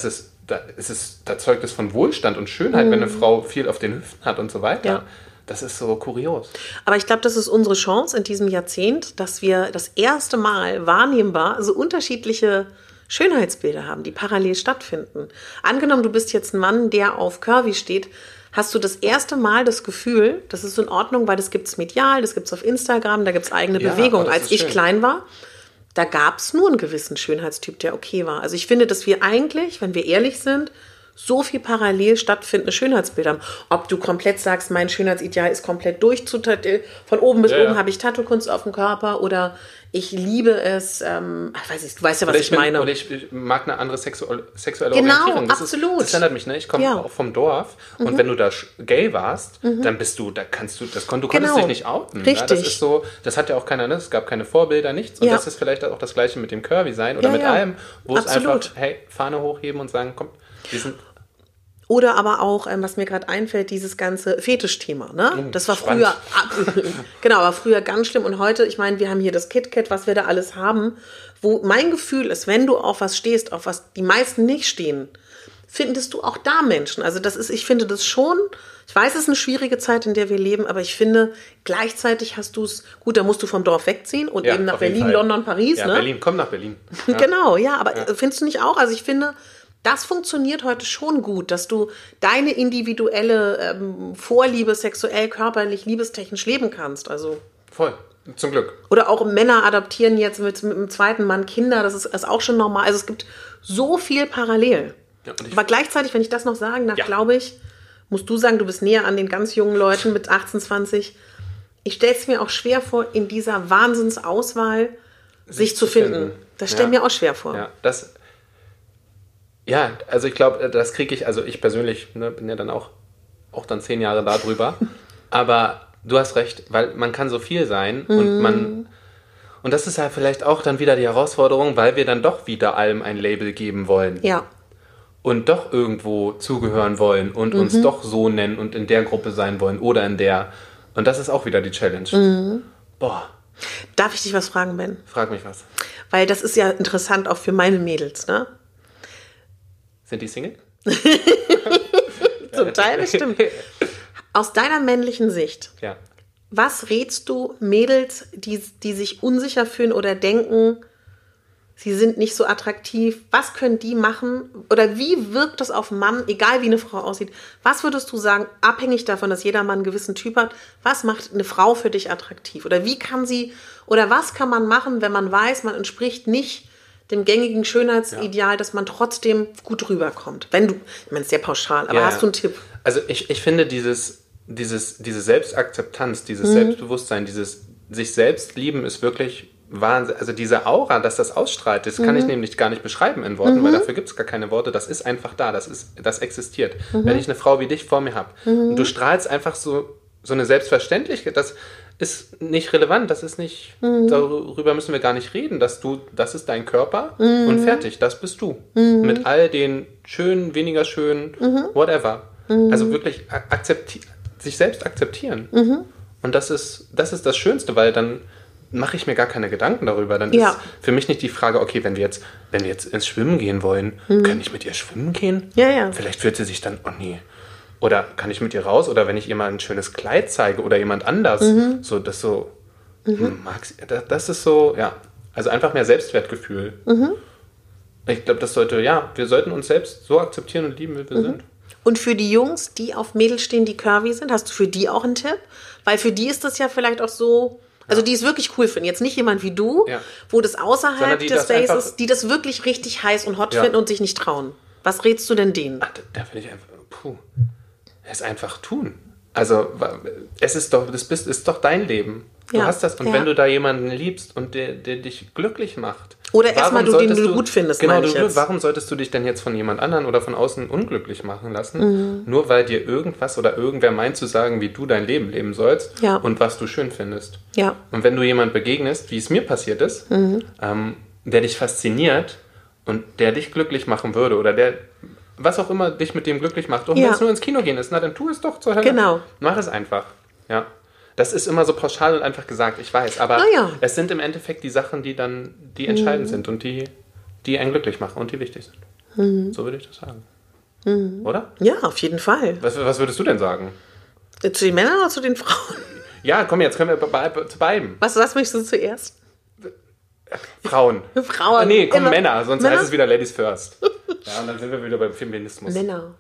da zeugt es von Wohlstand und Schönheit, wenn eine Frau viel auf den Hüften hat und so weiter. Ja. Das ist so kurios. Aber ich glaube, das ist unsere Chance in diesem Jahrzehnt, dass wir das erste Mal wahrnehmbar so unterschiedliche Schönheitsbilder haben, die parallel stattfinden. Angenommen, du bist jetzt ein Mann, der auf Curvy steht, hast du das erste Mal das Gefühl, das ist in Ordnung, weil das gibt es medial, das gibt es auf Instagram, da gibt es eigene Bewegungen. Als ich klein war, da gab es nur einen gewissen Schönheitstyp, der okay war. Also ich finde, dass wir eigentlich, wenn wir ehrlich sind, so viel parallel stattfindende Schönheitsbilder haben. Ob du komplett sagst, mein Schönheitsideal ist komplett von oben bis oben habe ich Tattoo-Kunst auf dem Körper oder ich liebe es, du weißt ja, was ich meine. Oder ich mag eine andere sexuelle Orientierung. Das absolut. Das erinnert mich, ne? Ich komme auch vom Dorf und wenn du da gay warst, dann bist du, du konntest dich nicht outen. Richtig. Ja? Das ist so, das hat ja auch keiner, ne? Es gab keine Vorbilder, nichts. Und das ist vielleicht auch das Gleiche mit dem Curvy sein oder mit allem, wo es einfach, hey, Fahne hochheben und sagen, komm, wir sind... Oder aber auch, was mir gerade einfällt, dieses ganze Fetischthema. Ne? Das war früher, war früher ganz schlimm. Und heute, ich meine, wir haben hier das KitKat, was wir da alles haben, wo mein Gefühl ist, wenn du auf was stehst, auf was die meisten nicht stehen, findest du auch da Menschen. Also ich finde das schon, ich weiß, es ist eine schwierige Zeit, in der wir leben, aber ich finde, gleichzeitig hast du es, gut, da musst du vom Dorf wegziehen und eben nach Berlin, London, Paris. Ja, ne? Berlin, komm nach Berlin. Ja. Genau, ja, aber findest du nicht auch? Also ich finde... Das funktioniert heute schon gut, dass du deine individuelle Vorliebe sexuell, körperlich, liebestechnisch leben kannst. Also voll, zum Glück. Oder auch Männer adoptieren jetzt mit dem zweiten Mann Kinder, das ist auch schon normal. Also es gibt so viel parallel. Ja, aber gleichzeitig, wenn ich das noch sagen darf, glaube ich, musst du sagen, du bist näher an den ganz jungen Leuten mit 18, 20. Ich stelle es mir auch schwer vor, in dieser Wahnsinnsauswahl sich zu finden. Das stelle ich mir auch schwer vor. Ja, also ich glaube, das kriege ich, also ich persönlich bin ja dann auch dann 10 Jahre da drüber. Aber du hast recht, weil man kann so viel sein und das ist ja vielleicht auch dann wieder die Herausforderung, weil wir dann doch wieder allem ein Label geben wollen. Ja. Und doch irgendwo zugehören wollen und uns doch so nennen und in der Gruppe sein wollen oder in der. Und das ist auch wieder die Challenge. Boah. Darf ich dich was fragen, Ben? Frag mich was. Weil das ist ja interessant auch für meine Mädels, ne? Sind die Single? Zum Teil bestimmt. Aus deiner männlichen Sicht, was rätst du Mädels, die sich unsicher fühlen oder denken, sie sind nicht so attraktiv? Was können die machen? Oder wie wirkt das auf einen Mann, egal wie eine Frau aussieht? Was würdest du sagen, abhängig davon, dass jeder Mann einen gewissen Typ hat, was macht eine Frau für dich attraktiv? Oder was kann man machen, wenn man weiß, man entspricht nicht dem gängigen Schönheitsideal, dass man trotzdem gut rüberkommt? Ich meine, es ist sehr pauschal, aber hast du einen Tipp? Also ich finde diese Selbstakzeptanz, dieses Selbstbewusstsein, dieses sich selbst lieben ist wirklich Wahnsinn. Also diese Aura, dass das ausstrahlt, das kann ich nämlich gar nicht beschreiben in Worten, weil dafür gibt es gar keine Worte. Das ist einfach da, das existiert. Wenn ich eine Frau wie dich vor mir habe und du strahlst einfach so eine Selbstverständlichkeit, das ist nicht relevant, das ist nicht, darüber müssen wir gar nicht reden, das ist dein Körper und fertig, das bist du. Mit all den schönen, weniger schönen, whatever. Also wirklich sich selbst akzeptieren. Und das ist das Schönste, weil dann mache ich mir gar keine Gedanken darüber. Dann ist für mich nicht die Frage, okay, wenn wir jetzt ins Schwimmen gehen wollen, kann ich mit ihr schwimmen gehen? Ja. Vielleicht fühlt sie sich dann, oh nee. Oder kann ich mit ihr raus? Oder wenn ich ihr mal ein schönes Kleid zeige oder jemand anders, das ist so, also einfach mehr Selbstwertgefühl. Ich glaube, wir sollten uns selbst so akzeptieren und lieben, wie wir sind. Und für die Jungs, die auf Mädels stehen, die curvy sind, hast du für die auch einen Tipp? Weil für die ist das ja vielleicht auch so, also die es wirklich cool finden. Jetzt nicht jemand wie du, wo das außerhalb des Spaces, die das wirklich richtig heiß und hot finden und sich nicht trauen. Was rätst du denn denen? Da finde ich einfach, es einfach tun. Also es ist doch dein Leben. Du hast das. Und wenn du da jemanden liebst und der dich glücklich macht. Oder erstmal den du gut findest, genau, meine ich jetzt. Warum solltest du dich denn jetzt von jemand anderen oder von außen unglücklich machen lassen? Nur weil dir irgendwas oder irgendwer meint zu sagen, wie du dein Leben leben sollst und was du schön findest. Ja. Und wenn du jemand begegnest, wie es mir passiert ist, der dich fasziniert und der dich glücklich machen würde oder der was auch immer dich mit dem glücklich macht. Und wenn es nur ins Kino gehen ist, dann tu es doch zur Hölle. Genau. Mach es einfach. Ja. Das ist immer so pauschal und einfach gesagt, ich weiß. Aber es sind im Endeffekt die Sachen, die entscheidend sind und die einen glücklich machen und die wichtig sind. So würde ich das sagen. Oder? Ja, auf jeden Fall. Was würdest du denn sagen? Zu den Männern oder zu den Frauen? Ja, komm, jetzt können wir zu beidem. Was möchtest du zuerst? Frauen. Frauen. Nee, komm, Männer, sonst heißt es wieder Ladies first. Ja, und dann sind wir wieder beim Feminismus. Männer.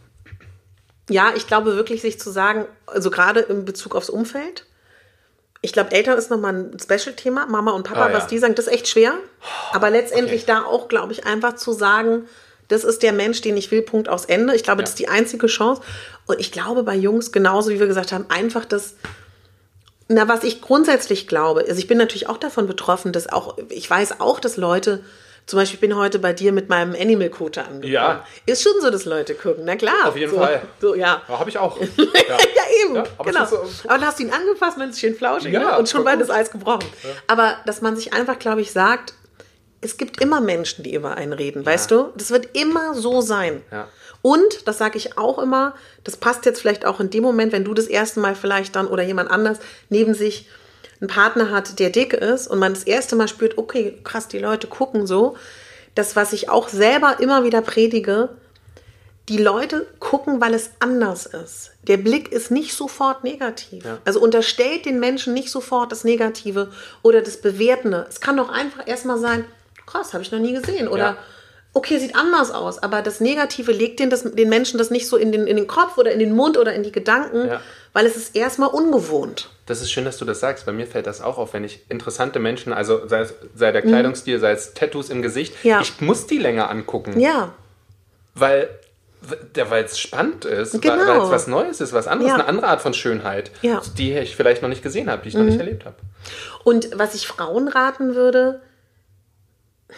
Ja, ich glaube wirklich, sich zu sagen, also gerade in Bezug aufs Umfeld, ich glaube, Eltern ist nochmal ein Special-Thema, Mama und Papa, was die sagen, das ist echt schwer. Aber letztendlich da auch, glaube ich, einfach zu sagen, das ist der Mensch, den ich will, Punkt aus Ende. Ich glaube, das ist die einzige Chance. Und ich glaube bei Jungs, genauso wie wir gesagt haben, einfach das, was ich grundsätzlich glaube, also ich bin natürlich auch davon betroffen, dass ich weiß auch, dass Leute, zum Beispiel, ich bin heute bei dir mit meinem Animal Coater angekommen. Ja. Ist schon so, dass Leute gucken, na klar. Auf jeden Fall. So, ja. Habe ich auch. Ja, eben, genau. Aber dann hast du ihn angefasst, wenn es schön flauschig und schon war das Eis gebrochen. Ja. Aber dass man sich einfach, glaube ich, sagt, es gibt immer Menschen, die über einen reden, weißt du? Das wird immer so sein. Ja. Und, das sage ich auch immer, das passt jetzt vielleicht auch in dem Moment, wenn du das erste Mal vielleicht dann oder jemand anders neben sich einen Partner hat, der dick ist und man das erste Mal spürt, okay, krass, die Leute gucken so. Das, was ich auch selber immer wieder predige, die Leute gucken, weil es anders ist. Der Blick ist nicht sofort negativ. Ja. Also unterstellt den Menschen nicht sofort das Negative oder das Bewertende. Es kann doch einfach erstmal sein, krass, habe ich noch nie gesehen. Oder okay, sieht anders aus. Aber das Negative legt den Menschen das nicht so in den Kopf oder in den Mund oder in die Gedanken, weil es ist erstmal ungewohnt. Das ist schön, dass du das sagst. Bei mir fällt das auch auf, wenn ich interessante Menschen, also sei der Kleidungsstil, sei es Tattoos im Gesicht, ich muss die länger angucken. Ja. Weil es spannend ist, weil es was Neues ist, was anderes, eine andere Art von Schönheit, die ich vielleicht noch nicht gesehen habe, die ich noch nicht erlebt habe. Und was ich Frauen raten würde,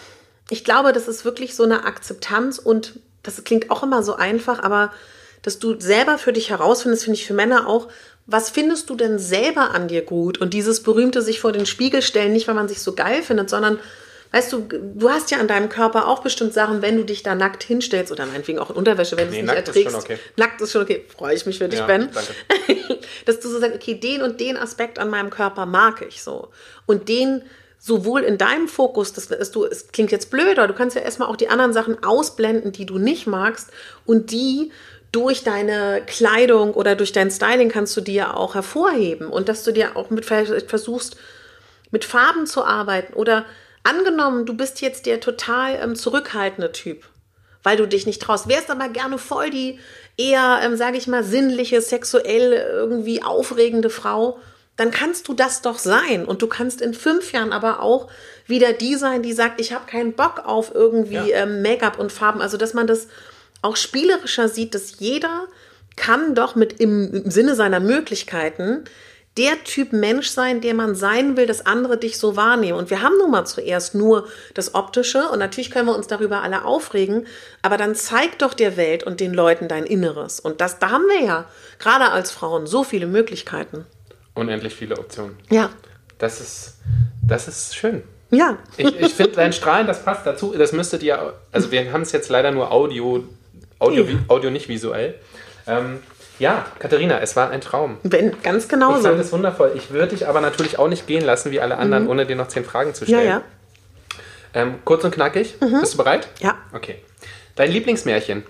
ich glaube, das ist wirklich so eine Akzeptanz und das klingt auch immer so einfach, aber dass du selber für dich herausfindest, finde ich für Männer auch, was findest du denn selber an dir gut? Und dieses berühmte sich vor den Spiegel stellen, nicht weil man sich so geil findet, sondern, weißt du, du hast ja an deinem Körper auch bestimmt Sachen, wenn du dich da nackt hinstellst oder meinetwegen auch in Unterwäsche, wenn du es nicht erträgst. Ist schon okay. Nackt ist schon okay. Freue ich mich für dich, Ben. Danke. Dass du so sagst, okay, den und den Aspekt an meinem Körper mag ich so. Und den sowohl in deinem Fokus, es klingt jetzt blöd, aber du kannst ja erstmal auch die anderen Sachen ausblenden, die du nicht magst und die durch deine Kleidung oder durch dein Styling kannst du die ja auch hervorheben und dass du dir auch versuchst, mit Farben zu arbeiten oder angenommen, du bist jetzt der total zurückhaltende Typ, weil du dich nicht traust, wärst aber gerne voll die eher, sage ich mal, sinnliche, sexuell irgendwie aufregende Frau, dann kannst du das doch sein und du kannst in 5 Jahren aber auch wieder die sein, die sagt, ich habe keinen Bock auf irgendwie Make-up und Farben, also dass man das auch spielerischer sieht, dass jeder kann doch im Sinne seiner Möglichkeiten der Typ Mensch sein, der man sein will, dass andere dich so wahrnehmen. Und wir haben nun mal zuerst nur das Optische und natürlich können wir uns darüber alle aufregen, aber dann zeig doch der Welt und den Leuten dein Inneres. Und da haben wir ja gerade als Frauen so viele Möglichkeiten. Unendlich viele Optionen. Ja. Das ist schön. Ja. Ich finde, dein Strahlen, das passt dazu. Das müsstet ihr, also wir haben es jetzt leider nur Audio nicht visuell. Ja, Katharina, es war ein Traum. Ganz genau so. Ich fand es wundervoll. Ich würde dich aber natürlich auch nicht gehen lassen, wie alle anderen, ohne dir noch 10 Fragen zu stellen. Ja. Kurz und knackig. Bist du bereit? Ja. Okay. Dein Lieblingsmärchen?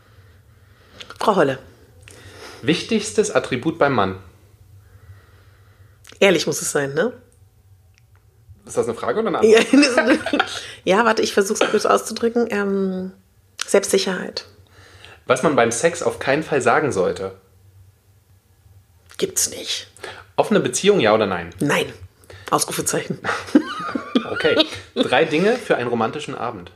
Frau Holle. Wichtigstes Attribut beim Mann? Ehrlich muss es sein, ne? Ist das eine Frage oder eine Antwort? Ja, warte, ich versuche es kurz auszudrücken. Selbstsicherheit. Was man beim Sex auf keinen Fall sagen sollte? Gibt's nicht. Offene Beziehung, ja oder nein? Nein. Ausrufezeichen. Okay. 3 Dinge für einen romantischen Abend.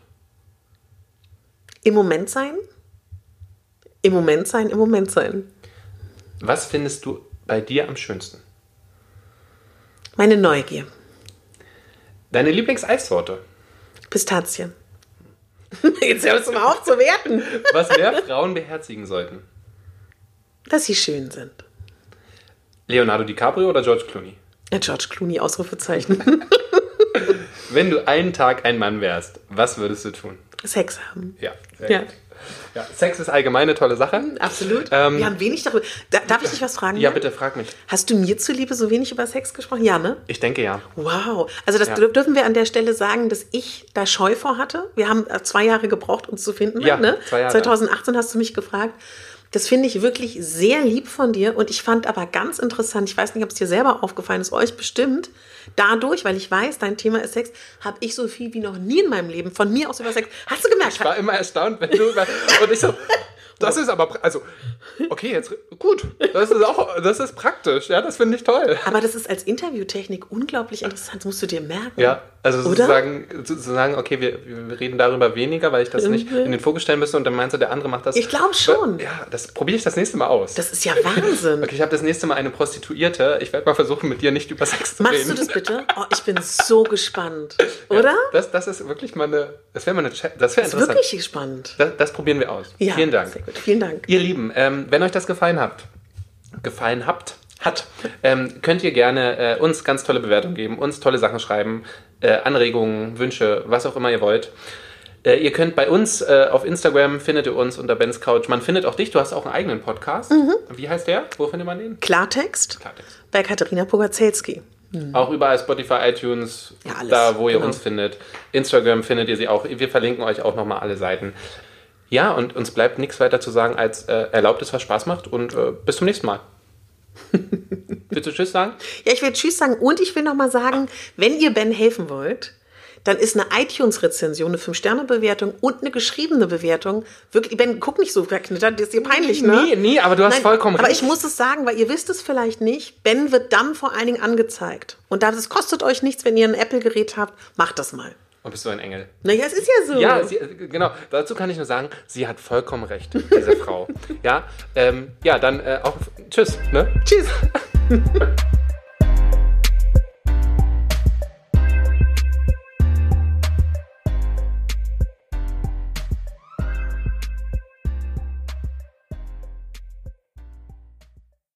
Im Moment sein. Im Moment sein, im Moment sein. Was findest du bei dir am schönsten? Meine Neugier. Deine Lieblingseissorte? Pistazien. Jetzt hörst du mal auf zu werten. Was mehr Frauen beherzigen sollten? Dass sie schön sind. Leonardo DiCaprio oder George Clooney? Ja, George Clooney, Ausrufezeichen. Wenn du einen Tag ein Mann wärst, was würdest du tun? Sex haben. Ja, sehr gut. Ja, Sex ist allgemein eine tolle Sache. Absolut. Wir haben wenig darüber. Darf ich dich was fragen? Ja, bitte, frag mich. Hast du mir zuliebe so wenig über Sex gesprochen? Ja, ne? Ich denke ja. Wow. Also das dürfen wir an der Stelle sagen, dass ich da Scheu vor hatte. Wir haben 2 Jahre gebraucht, uns zu finden. Ja, ne? 2 Jahre. 2018 hast du mich gefragt. Das finde ich wirklich sehr lieb von dir und ich fand aber ganz interessant, ich weiß nicht, ob es dir selber aufgefallen ist, euch bestimmt, dadurch, weil ich weiß, dein Thema ist Sex, habe ich so viel wie noch nie in meinem Leben von mir aus über Sex. Hast du gemerkt? Ich war immer erstaunt, wenn du und ich so, das ist aber, also, okay, jetzt, gut, das ist praktisch, ja, das finde ich toll. Aber das ist als Interviewtechnik unglaublich interessant, das musst du dir merken. Ja, also sozusagen, okay, wir reden darüber weniger, weil ich das nicht in den Fokus stellen müsste und dann meinst du, der andere macht das. Ich glaube schon. Ja, das probiere ich das nächste Mal aus. Das ist ja Wahnsinn. Okay, ich habe das nächste Mal eine Prostituierte, ich werde mal versuchen, mit dir nicht über Sex zu reden. Machst du das bitte? Oh, ich bin so gespannt, oder? Ja, das ist wirklich mal das wäre interessant. Das ist wirklich spannend. Das probieren wir aus. Ja, vielen Dank. Sehr gut. Vielen Dank. Ihr Lieben, wenn euch das gefallen hat, könnt ihr gerne uns ganz tolle Bewertungen geben, uns tolle Sachen schreiben, Anregungen, Wünsche, was auch immer ihr wollt. Ihr könnt bei uns auf Instagram, findet ihr uns unter Ben's Couch. Man findet auch dich, du hast auch einen eigenen Podcast. Wie heißt der? Wo findet man den? Klartext. Bei Katharina Pogacelski. Auch überall Spotify, iTunes, ja, alles, da wo ihr uns findet. Instagram findet ihr sie auch. Wir verlinken euch auch nochmal alle Seiten. Ja, und uns bleibt nichts weiter zu sagen, als erlaubt es, was Spaß macht und bis zum nächsten Mal. Willst du Tschüss sagen? Ja, ich will Tschüss sagen und ich will nochmal sagen, wenn ihr Ben helfen wollt, dann ist eine iTunes-Rezension, eine 5-Sterne-Bewertung und eine geschriebene Bewertung wirklich, Ben, guck nicht so verknittert, das ist dir peinlich, ne? Nee, aber du hast vollkommen recht. Aber ich muss es sagen, weil ihr wisst es vielleicht nicht, Ben wird dann vor allen Dingen angezeigt. Und das kostet euch nichts, wenn ihr ein Apple-Gerät habt, macht das mal. Und bist du ein Engel? Naja, es ist ja so. Ja, genau. Dazu kann ich nur sagen, sie hat vollkommen recht, diese Frau. Ja, dann auch Tschüss. Ne? Tschüss.